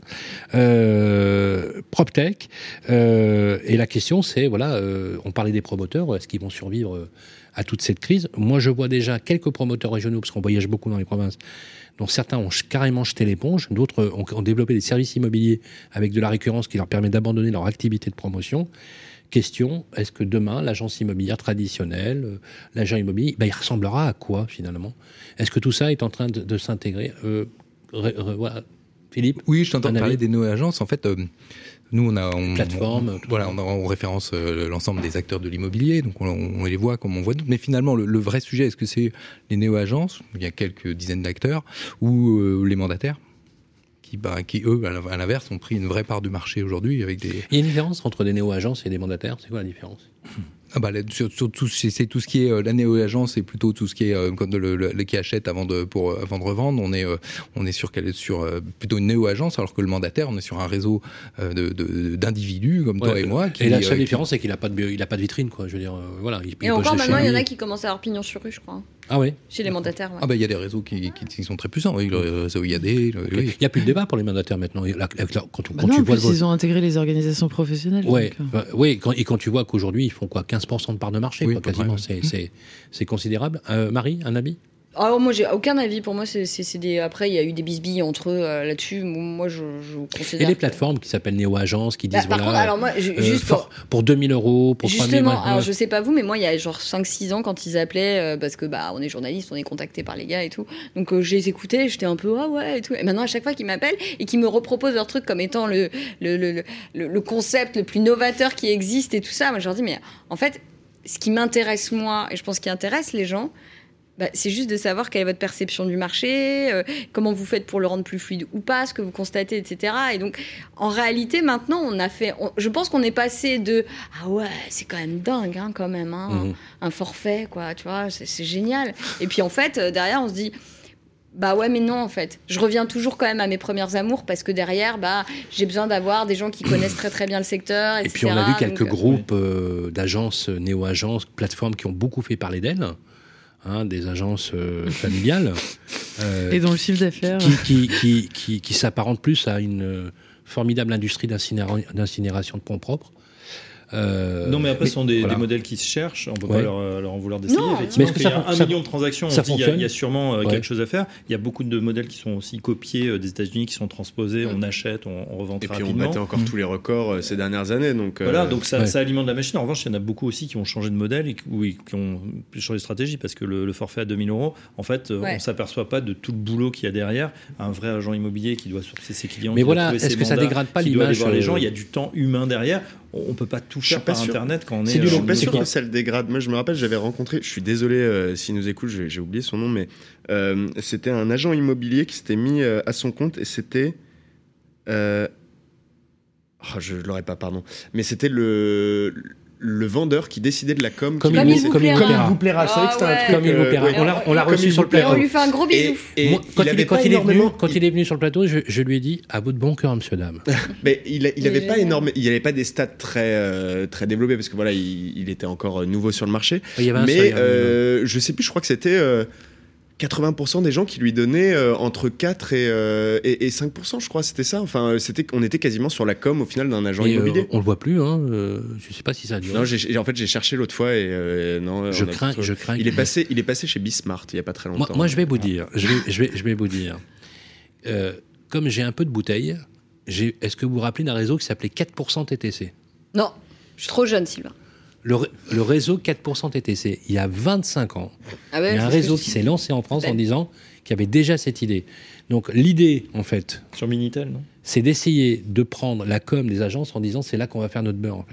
Euh, PropTech. Euh, et la question, c'est, voilà, euh, on parlait des promoteurs. Est-ce qu'ils vont survivre à toute cette crise ? Moi, je vois déjà quelques promoteurs régionaux, parce qu'on voyage beaucoup dans les provinces, dont certains ont carrément jeté l'éponge, d'autres ont, ont développé des services immobiliers avec de la récurrence qui leur permet d'abandonner leur activité de promotion. Question, est-ce que demain, l'agence immobilière traditionnelle, euh, l'agent immobilier, ben, il ressemblera à quoi, finalement ? Est-ce que tout ça est en train de, de s'intégrer euh, re, re, voilà. Philippe ? Oui, je t'entends parler des néo-agences. En fait, euh, nous, on a... On, Plateforme. On, voilà, on, on référence euh, l'ensemble des acteurs de l'immobilier, donc on, on les voit comme on voit d'autres. Mais finalement, le, le vrai sujet, est-ce que c'est les néo-agences, il y a quelques dizaines d'acteurs, ou euh, les mandataires ? Qui, bah, qui, eux, à l'inverse, ont pris une vraie part du marché aujourd'hui avec des... Il y a une différence entre des néo-agences et des mandataires. C'est quoi la différence ? Ah bah, là, sur, sur tout, c'est, c'est tout ce qui est euh, la néo-agence, c'est plutôt tout ce qui est euh, quand le, le, le qui achète avant de pour avant de revendre. On est euh, on est sur sur euh, plutôt une néo-agence, alors que le mandataire, on est sur un réseau euh, de, de d'individus comme ouais, toi et moi. Qui, et la seule euh, différence, qui... c'est qu'il a pas de il a pas de vitrine, quoi. Je veux dire, euh, voilà. Il, et il encore maintenant, il y en a qui commencent à avoir pignon sur rue, je crois. Ah oui. Chez les mandataires. Ouais. Ah bah il y a des réseaux qui, qui, qui sont très puissants. Oui, le réseau I A D. Le, oui. Il y a plus de débat pour les mandataires maintenant. La, la, la, quand, quand bah non, tu vois le... ils ont intégré les organisations professionnelles. Ouais. Donc... Bah, oui. Quand, et quand tu vois qu'aujourd'hui ils font quoi, quinze pour cent de part de marché, oui, quoi, quasiment. C'est, c'est, c'est considérable. Euh, Marie, un avis ? Alors moi j'ai aucun avis, pour moi c'est, c'est, c'est des... après il y a eu des bisbilles entre eux euh, là-dessus, moi je, je considère... Et les que... plateformes qui s'appellent néo-agences, qui disent bah, par voilà... contre, alors moi, je, euh, juste pour... pour deux mille euros, pour trois mille... Justement, alors je sais pas vous, mais moi il y a genre cinq six ans quand ils appelaient, euh, parce que bah on est journaliste, on est contacté par les gars et tout, donc euh, je les écoutais, j'étais un peu ah ouais et tout, et maintenant à chaque fois qu'ils m'appellent et qu'ils me reproposent leur truc comme étant le, le, le, le, le concept le plus novateur qui existe et tout ça, moi je leur dis mais en fait ce qui m'intéresse moi, et je pense qui intéresse les gens, bah, c'est juste de savoir quelle est votre perception du marché, euh, comment vous faites pour le rendre plus fluide ou pas, ce que vous constatez, et cetera. Et donc, en réalité, maintenant, on a fait... On, je pense qu'on est passé de « Ah ouais, c'est quand même dingue, hein, quand même, hein, mmh. un forfait, quoi, tu vois, c'est, c'est génial. » Et puis, en fait, derrière, on se dit... Bah ouais, mais non, en fait. Je reviens toujours quand même à mes premières amours parce que derrière, bah, j'ai besoin d'avoir des gens qui connaissent très très bien le secteur, et cetera. Et puis on a vu quelques donc, groupes euh, d'agences, néo-agences, plateformes qui ont beaucoup fait parler d'elles, hein, des agences euh, familiales. Euh, et dont le chiffre d'affaires... Qui, qui, qui, qui, qui s'apparentent plus à une euh, formidable industrie d'incinéra- d'incinération de ponts propres. Euh, non, mais après, mais, ce sont des, voilà. des modèles qui se cherchent. On ne peut ouais. pas leur, leur en vouloir d'essayer. Non, effectivement, mais il y a un ça, million de transactions. Ça on dit, il, y a, il y a sûrement ouais. quelque chose à faire. Il y a beaucoup de modèles qui sont aussi copiés des États-Unis, qui sont transposés. On achète, on, on revend très rapidement. Et puis on battait encore mmh. tous les records euh, ces dernières années. Donc, voilà, euh... donc ça, ouais. ça alimente la machine. En revanche, il y en a beaucoup aussi qui ont changé de modèle et qui, oui, qui ont changé de stratégie parce que le, le forfait à deux mille euros, en fait, ouais. on ne s'aperçoit pas de tout le boulot qu'il y a derrière. Un vrai agent immobilier qui doit sourcer ses clients. Mais voilà, est-ce que ça dégrade pas l'image ? Les gens, il y a du temps humain derrière. On ne peut pas tout faire par Internet quand on est... C'est du long. Je suis pas sûr que ça le dégrade. Moi, je me rappelle, j'avais rencontré... Je suis désolé euh, s'il nous écoute, j'ai, j'ai oublié son nom, mais euh, c'était un agent immobilier qui s'était mis euh, à son compte et c'était... Euh, oh, je ne l'aurais pas, pardon. Mais c'était le... le vendeur qui décidait de la com. Comme, comme, il, vous comme il vous plaira. Je savais que c'était un truc. Comme il vous plaira. On l'a, on l'a reçu sur le plateau. Et on lui fait un gros bisou. Et, et Moi, quand il, il, quand il, est venu, quand il est venu sur le plateau, je, je lui ai dit à bout de bon cœur, monsieur dame. Mais il, il avait pas énorme, il avait pas des stats très euh, très développés parce que voilà, il, il était encore nouveau sur le marché. Il y avait un Mais seul, euh, je sais plus, je crois que c'était euh, quatre-vingts pour cent des gens qui lui donnaient euh, entre quatre et, euh, et, et cinq pour cent, je crois, c'était ça. Enfin, c'était, on était quasiment sur la com au final d'un agent et immobilier. Euh, on le voit plus, hein. Euh, je sais pas si ça a duré. Non, j'ai, en fait, j'ai cherché l'autre fois et euh, non. Je crains, trop... je crains. Il est passé, il est passé chez Bismart il y a pas très longtemps. Moi, moi je vais vous dire, je vais, je vais, je vais vous dire. Euh, comme j'ai un peu de bouteille, j'ai, est-ce que vous vous rappelez d'un réseau qui s'appelait quatre pour cent T T C ? Non, je suis trop jeune, Sylvain. Le, le réseau quatre pour cent T T C, il y a vingt-cinq ans, ah ouais, il y a un réseau qui s'est lancé en France en disant qu'il y avait déjà cette idée. Donc l'idée, en fait, sur Minitel, non ? C'est d'essayer de prendre la com des agences en disant c'est là qu'on va faire notre beurre, en fait.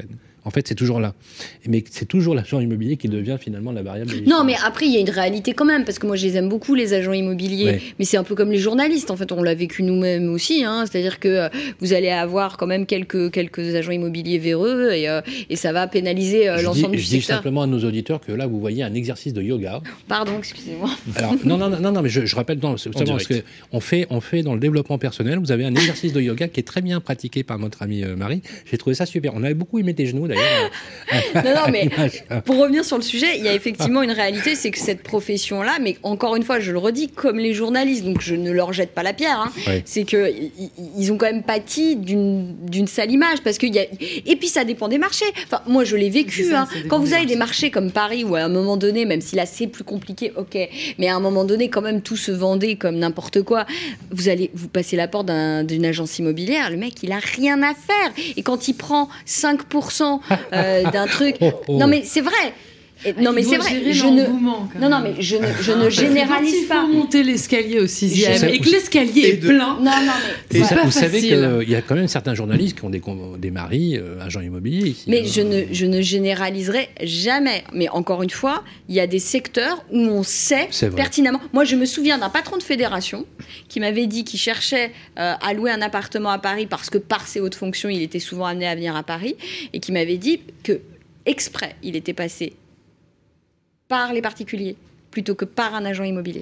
En fait, c'est toujours là. Mais c'est toujours l'agent immobilier qui devient finalement la variable. Non, mais après, il y a une réalité quand même, parce que moi, je les aime beaucoup, les agents immobiliers. Ouais. Mais c'est un peu comme les journalistes, en fait. On l'a vécu nous-mêmes aussi. Hein. C'est-à-dire que euh, vous allez avoir quand même quelques, quelques agents immobiliers véreux et, euh, et ça va pénaliser euh, l'ensemble dis, du secteur. Je dis simplement à nos auditeurs que là, vous voyez un exercice de yoga. Pardon, excusez-moi. Alors, non, non, non, non, mais je, je rappelle, non, c'est parce que on fait, on fait dans le développement personnel, vous avez un exercice de yoga qui est très bien pratiqué par notre amie euh, Marie. J'ai trouvé ça super. On avait beaucoup aimé tes genoux, d'ailleurs. non, non, mais pour revenir sur le sujet, il y a effectivement une réalité, c'est que cette profession-là, mais encore une fois, je le redis, comme les journalistes, donc je ne leur jette pas la pierre, hein, ouais. c'est qu'ils ont quand même pâti d'une, d'une sale image, parce qu'il y a... Et puis ça dépend des marchés. Enfin, moi, je l'ai vécu. Ça, hein. Quand vous avez des marchés comme Paris, où à un moment donné, même si là, c'est plus compliqué, ok, mais à un moment donné, quand même, tout se vendait comme n'importe quoi. Vous allez vous passer la porte d'un, d'une agence immobilière, le mec, il a rien à faire. Et quand il prend cinq pour cent euh, d'un truc... Oh, oh. Non, mais c'est vrai. Et, non, mais c'est vrai. Je ne, non, non, mais je ne, je ne généralise pas. Il faut monter l'escalier au sixième et que l'escalier est plein. Non, non, mais et ça, vous savez qu'il y a quand même certains journalistes qui ont des, des maris euh, agents immobiliers ici. Mais euh... je ne, je ne généraliserai jamais. Mais encore une fois, il y a des secteurs où on sait pertinemment. Moi, je me souviens d'un patron de fédération qui m'avait dit qu'il cherchait euh, à louer un appartement à Paris parce que par ses hautes fonctions, il était souvent amené à venir à Paris et qui m'avait dit que exprès, il était passé par les particuliers, plutôt que par un agent immobilier.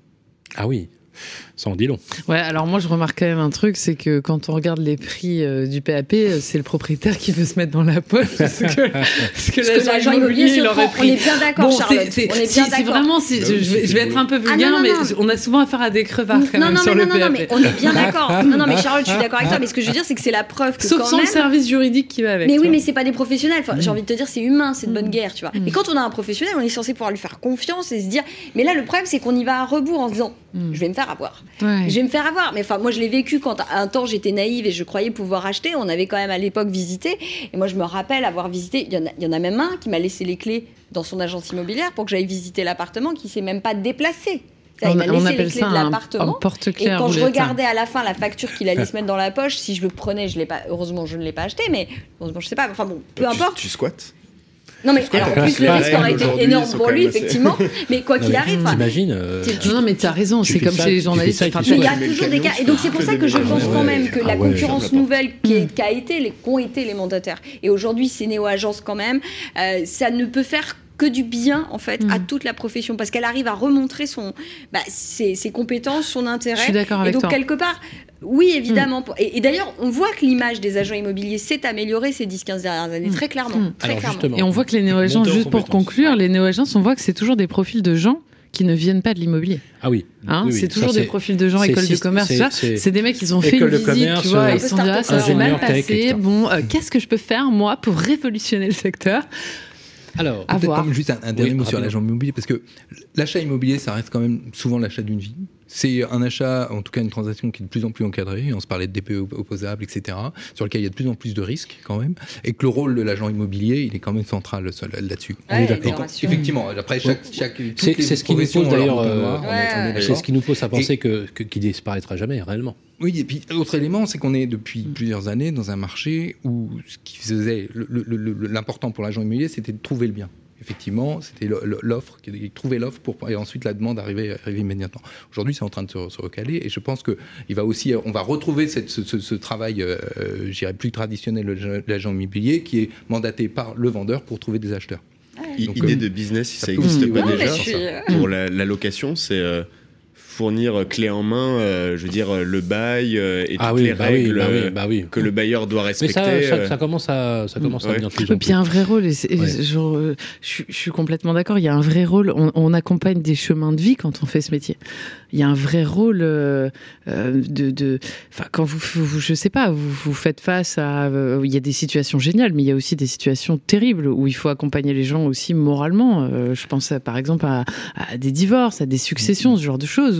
Ah oui, ça en dit long. Ouais, alors moi je remarque quand même un truc, c'est que quand on regarde les prix euh, du P A P, c'est le propriétaire qui veut se mettre dans la poche, parce que, parce que, l'agent, l'agent immobilier, immobilier il aurait pris. On est bien d'accord, bon, Charlotte. C'est, c'est, on est bien c'est, d'accord. C'est vraiment, c'est, je, je, vais, je vais être un peu vulgaire, ah, non, non, non. mais on a souvent affaire à des crevards quand non, même non, sur non, le non, P A P. Non, mais on est bien d'accord. Non, non, mais Charlotte, je suis d'accord avec toi, mais ce que je veux dire, c'est que c'est la preuve que sauf quand sans même... le service juridique qui va avec. Mais oui, mais c'est pas des professionnels. Enfin, j'ai envie de te dire, c'est humain, c'est de bonne guerre, tu vois. Et quand on a un professionnel, on est censé pouvoir lui faire confiance et se dire. Mais là, le problème, c'est qu'on y va à rebours en se disant, je vais me faire avoir. Je vais me faire avoir. Mais enfin, moi, je l'ai vécu quand un temps j'étais naïve et je croyais pouvoir acheter. On avait quand même à l'époque visité. Et moi, je me rappelle avoir visité. Il y en a, il y en a même un qui m'a laissé les clés dans son agence immobilière pour que j'aille visiter l'appartement, qui s'est même pas déplacé. Ça, il m'a laissé les clés de l'appartement. Et quand je regardais à la fin la facture qu'il allait se mettre dans la poche, si je le prenais, je l'ai pas. Heureusement, je ne l'ai pas acheté, mais heureusement, je sais pas. Enfin bon, peu tu, importe. Tu squattes. Non mais alors en plus le risque aurait été énorme pour lui effectivement, mais quoi qu'il arrive, t'imagines euh, non mais t'as raison, c'est comme ça, chez les journalistes. Il y a toujours des cas, et donc c'est pour ça que je pense quand même que la concurrence nouvelle qui a été, les qu'ont été les mandataires, et aujourd'hui ces néo-agences quand même, euh, ça ne peut faire que du bien en fait mmh. à toute la profession parce qu'elle arrive à remontrer son, bah, ses, ses compétences, son intérêt. Je suis d'accord avec et donc toi. quelque part, oui évidemment. Mmh. Et, et d'ailleurs, on voit que l'image des agents immobiliers s'est améliorée ces dix quinze dernières années, mmh. très clairement. Mmh. Très Alors, clairement. Et on voit que les néo-agences, juste pour conclure, les néo-agences, on voit que c'est toujours des profils de gens qui ne viennent pas de l'immobilier. Ah oui. Hein, oui, oui. c'est toujours ça, des profils de gens, école de commerce, c'est, tout ça. C'est, c'est des mecs qui ont fait une visite, commerce, tu vois, ils se sont dit, ah, ça s'est mal passé. Bon, euh, qu'est-ce que je peux faire, moi, pour révolutionner le secteur ? Alors, peut-être comme juste un, un dernier oui, mot sur l'agent immobilier, parce que l'achat immobilier, ça reste quand même souvent l'achat d'une vie. C'est un achat, en tout cas une transaction qui est de plus en plus encadrée. On se parlait de D P E opposables, et cetera, sur lequel il y a de plus en plus de risques quand même. Et que le rôle de l'agent immobilier, il est quand même central là-dessus. Ouais, oui, quand, effectivement, après chaque... chaque c'est, c'est ce qui nous pose d'ailleurs... Euh, ouais. C'est ce qui nous pose à penser et, que, que, qu'il ne disparaîtra jamais, réellement. Oui, et puis l'autre élément, c'est qu'on est depuis plusieurs années dans un marché où ce qui faisait le, le, le, l'important pour l'agent immobilier, c'était de trouver le bien. Effectivement, c'était l'offre, trouver l'offre pour et ensuite la demande arriver, arriver immédiatement. Aujourd'hui, c'est en train de se, se recaler et je pense que il va aussi, on va retrouver cette, ce, ce, ce travail, euh, je dirais plus traditionnel de l'agent immobilier qui est mandaté par le vendeur pour trouver des acheteurs. Ouais. Donc, idée euh, de business, si ça n'existe pas ouais, déjà, suis... pour la, la location, c'est euh, fournir clé en main, euh, je veux dire, le bail euh, et ah toutes oui, les bah règles oui, bah oui, bah oui. que le bailleur doit respecter. Mais ça, ça, ça commence à, ça commence ouais. à venir plus en plus. Et puis il y a un vrai rôle, et ouais. je, je, je suis complètement d'accord, il y a un vrai rôle, on, on accompagne des chemins de vie quand on fait ce métier. Il y a un vrai rôle euh, de, de, enfin quand vous, vous, je sais pas, vous, vous faites face à, euh, il y a des situations géniales, mais il y a aussi des situations terribles où il faut accompagner les gens aussi moralement. Euh, je pense à, par exemple à, à des divorces, à des successions, ce genre de choses où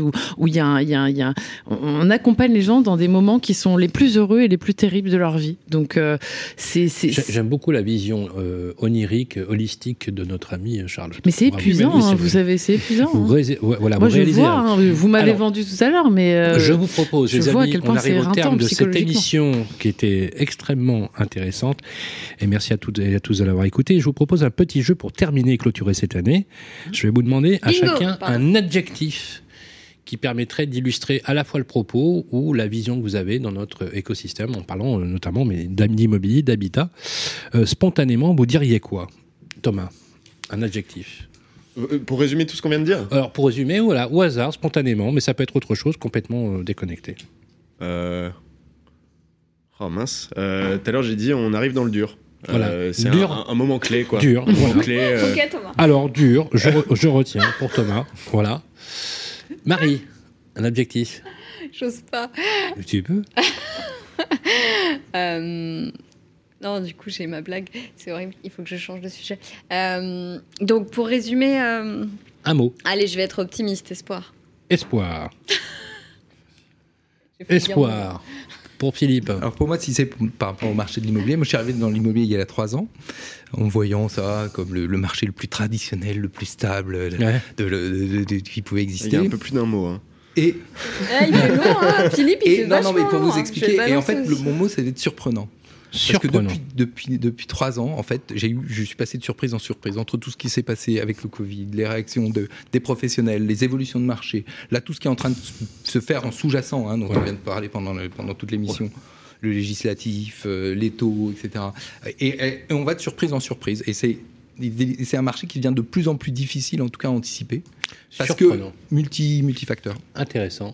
où où il y a, un, il y a, un, il y a un, on accompagne les gens dans des moments qui sont les plus heureux et les plus terribles de leur vie. Donc euh, c'est, c'est j'aime beaucoup la vision euh, onirique, holistique de notre ami Charlotte. Mais c'est épuisant, hein, vous savez, c'est épuisant. Vous, hein. ré- voilà, Moi vous je réalisez. vois, hein, vous m'avez Alors, vendu tout à l'heure, mais euh, je vous propose, je les vois à amis, quel on point arrive c'est au terme éreintant de cette psychologiquement. émission qui était extrêmement intéressante. Et merci à toutes et à tous de l'avoir écouté. Je vous propose un petit jeu pour terminer et clôturer cette année. Je vais vous demander à Bingo, chacun pardon. un adjectif qui permettrait d'illustrer à la fois le propos ou la vision que vous avez dans notre écosystème, en parlant euh, notamment mais, d'immobilier, d'habitat. Euh, spontanément, vous diriez quoi, Thomas? Un adjectif. Euh, Pour résumer tout ce qu'on vient de dire. Alors, pour résumer, voilà, au hasard, spontanément, mais ça peut être autre chose, complètement euh, déconnecté. Euh... Oh mince. Euh, Tout à l'heure, j'ai dit on arrive dans le dur. Voilà. Euh, c'est Dur. Un, un, un moment clé, quoi. Dur, Un moment voilà. clé. euh, Ok, Thomas. Alors, dur, je, re- je retiens pour Thomas. Voilà. Marie, un objectif. J'ose pas. Tu peux. Euh, Non, du coup, j'ai ma blague. C'est horrible. Il faut que je change de sujet. Euh, Donc, pour résumer, euh, Un mot. allez, je vais être optimiste, espoir. Espoir. J'ai fait Espoir. Pour Philippe. Alors pour moi, si c'est par rapport au marché de l'immobilier, moi je suis arrivé dans l'immobilier il y a trois ans, en voyant ça comme le, le marché le plus traditionnel, le plus stable Ouais. de, de, de- de- qui pouvait Il exister. y a un peu plus d'un mot. Hein. Et, Ah, il fait long, hein. Philippe, il et fait non, non, mais vachement pour long, vous hein. Je expliquer, vais et en balancer fait, le, aussi. mon mot, c'est d'être surprenant. Parce que Surprenant. depuis, depuis, depuis trois ans, en fait, j'ai eu, je suis passé de surprise en surprise entre tout ce qui s'est passé avec le Covid, les réactions de, des professionnels, les évolutions de marché, là, tout ce qui est en train de se faire en sous-jacent, hein, dont Ouais. on vient de parler pendant, le, pendant toute l'émission, ouais. Le législatif, euh, les taux, et cetera. Et, et, et on va de surprise en surprise. Et c'est, c'est un marché qui devient de plus en plus difficile, en tout cas, à anticiper. Parce Surprenant. que multi, multifacteur. Intéressant.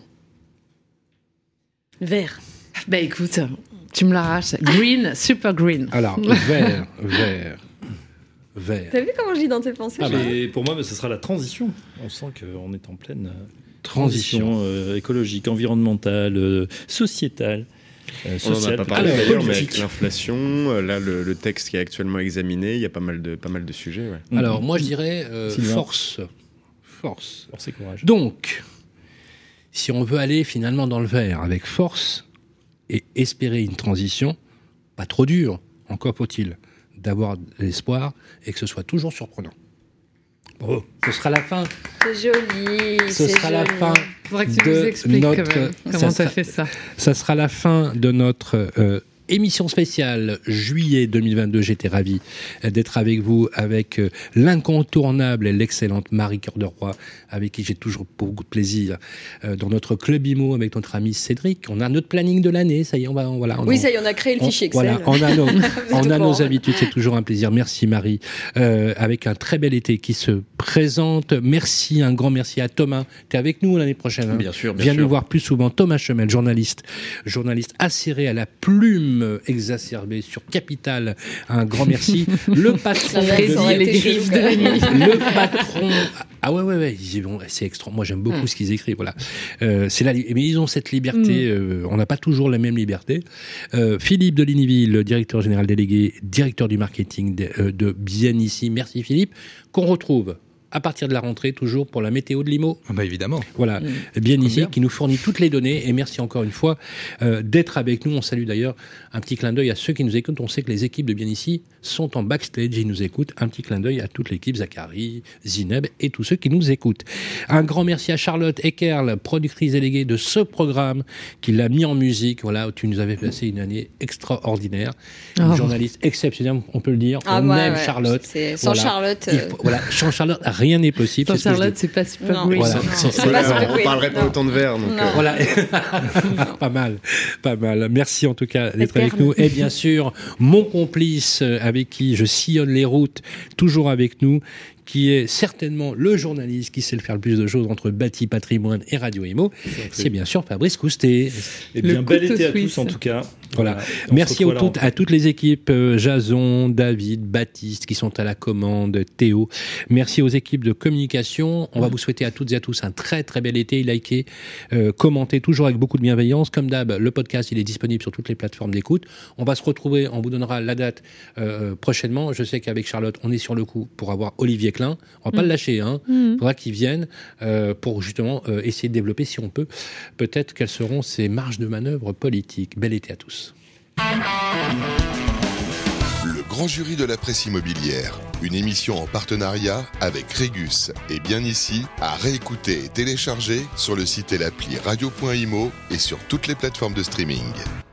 Vert. bah écoute, tu me l'arraches. Green, super green. Alors, vert, vert, vert. T'as vu comment je lis dans tes pensées Ah bah. Et pour moi, bah, ce sera la transition. On sent qu'on est en pleine euh, Transition. transition euh, écologique, environnementale, euh, sociétale. Euh, On n'en a sociale, pas parlé Alors, d'ailleurs, mais politique. avec l'inflation, euh, là, le, le texte qui est actuellement examiné, il y a pas mal de, pas mal de sujets. Ouais. Mhm. Alors, moi, je dirais euh, Sylvain. force. Force. Force et courage. Donc, si on veut aller finalement dans le vert avec force et espérer une transition, pas trop dure, encore faut-il d'avoir de l'espoir et que ce soit toujours surprenant. Bon, ce sera la fin. C'est joli. Ce c'est sera la joli. fin. Faudrait que tu de nous expliques notre- quand même ça comment sera- t'as fait ça. Ça sera la fin de notre euh, émission spéciale juillet deux mille vingt-deux. J'étais ravi euh, d'être avec vous, avec euh, l'incontournable et l'excellente Marie Cœur de Roi, avec qui j'ai toujours beaucoup de plaisir, euh, dans notre club IMO avec notre ami Cédric. On a notre planning de l'année, ça y est, on va, on, voilà. On Oui, en- ça y est, on a créé le on- fichier Excel. Voilà, on a nos, on tout a nos courant. habitudes, c'est toujours un plaisir. Merci Marie. Euh, avec un très bel été qui se présente. Merci, un grand merci à Thomas. Tu es avec nous l'année prochaine. hein. Bien sûr, bien Viens sûr. nous voir plus souvent. Thomas Chemel, journaliste, journaliste acéré à la plume exacerbée sur Capital. Un grand merci. Le patron Ça va, de ça aurait les été griffes chelou, de quand la même. nuit. le patron. Ah ouais, ouais, ouais. Ils y vont. C'est extra. Moi, j'aime beaucoup Mm. ce qu'ils écrivent. Voilà. Euh, c'est la. li- Mais ils ont cette liberté. Mm. euh, on n'a pas toujours la même liberté. Euh, Philippe de Ligniville, le directeur général délégué, directeur du marketing de, euh, de Bien Ici. Merci Philippe. Qu'on retrouve à partir de la rentrée, toujours pour la météo de Limo. Ah bah évidemment. Voilà, Mm. Bien Ici, Combien qui nous fournit toutes les données. Et merci encore une fois euh, d'être avec nous. On salue d'ailleurs un petit clin d'œil à ceux qui nous écoutent. On sait que les équipes de Bien Ici sont en backstage. Ils nous écoutent. Un petit clin d'œil à toute l'équipe, Zachary, Zineb et tous ceux qui nous écoutent. Un grand merci à Charlotte Eckerl, productrice déléguée de ce programme, qui l'a mis en musique. Voilà, tu nous avais passé une année extraordinaire. Une Oh. journaliste exceptionnelle, on peut le dire. Ah, on ouais, aime ouais. Charlotte. C'est- Sans Voilà. Charlotte. Il euh, faut- voilà, sans Charlotte, rien n'est possible. Sans c'est ce que je dis. Charlotte, c'est pas super Non. green. Voilà. Non, C'est- c'est c'est- pas Voilà, super on green, parlerait pas non. autant de verre. Donc, Non. euh, Voilà, pas mal, pas mal. Merci en tout cas d'être Edgar. avec nous. Et bien sûr, mon complice euh, avec qui je sillonne les routes, toujours avec nous, qui est certainement le journaliste qui sait le faire le plus de choses entre Bâti Patrimoine et Radio Imo. C'est bien sûr Fabrice Coustet. Et Le bien, bel couteau été à suisse. tous en tout cas. Voilà. On Merci se aux retrouve à la toutes, à toutes les équipes, euh, Jason, David, Baptiste, qui sont à la commande, Théo. Merci aux équipes de communication. On va vous souhaiter à toutes et à tous un très très bel été. Likez, euh, commentez toujours avec beaucoup de bienveillance. Comme d'hab, le podcast, il est disponible sur toutes les plateformes d'écoute. On va se retrouver, on vous donnera la date euh, prochainement. Je sais qu'avec Charlotte, on est sur le coup pour avoir Olivier déclin. On va pas Mmh. le lâcher. Hein. Mmh. Il faudra qu'ils viennent euh, pour justement euh, essayer de développer, si on peut, peut-être quelles seront ces marges de manœuvre politiques. Bel été à tous. Le grand jury de la presse immobilière, une émission en partenariat avec Régus et Bien Ici, à réécouter et télécharger sur le site et l'appli radio point imo et sur toutes les plateformes de streaming.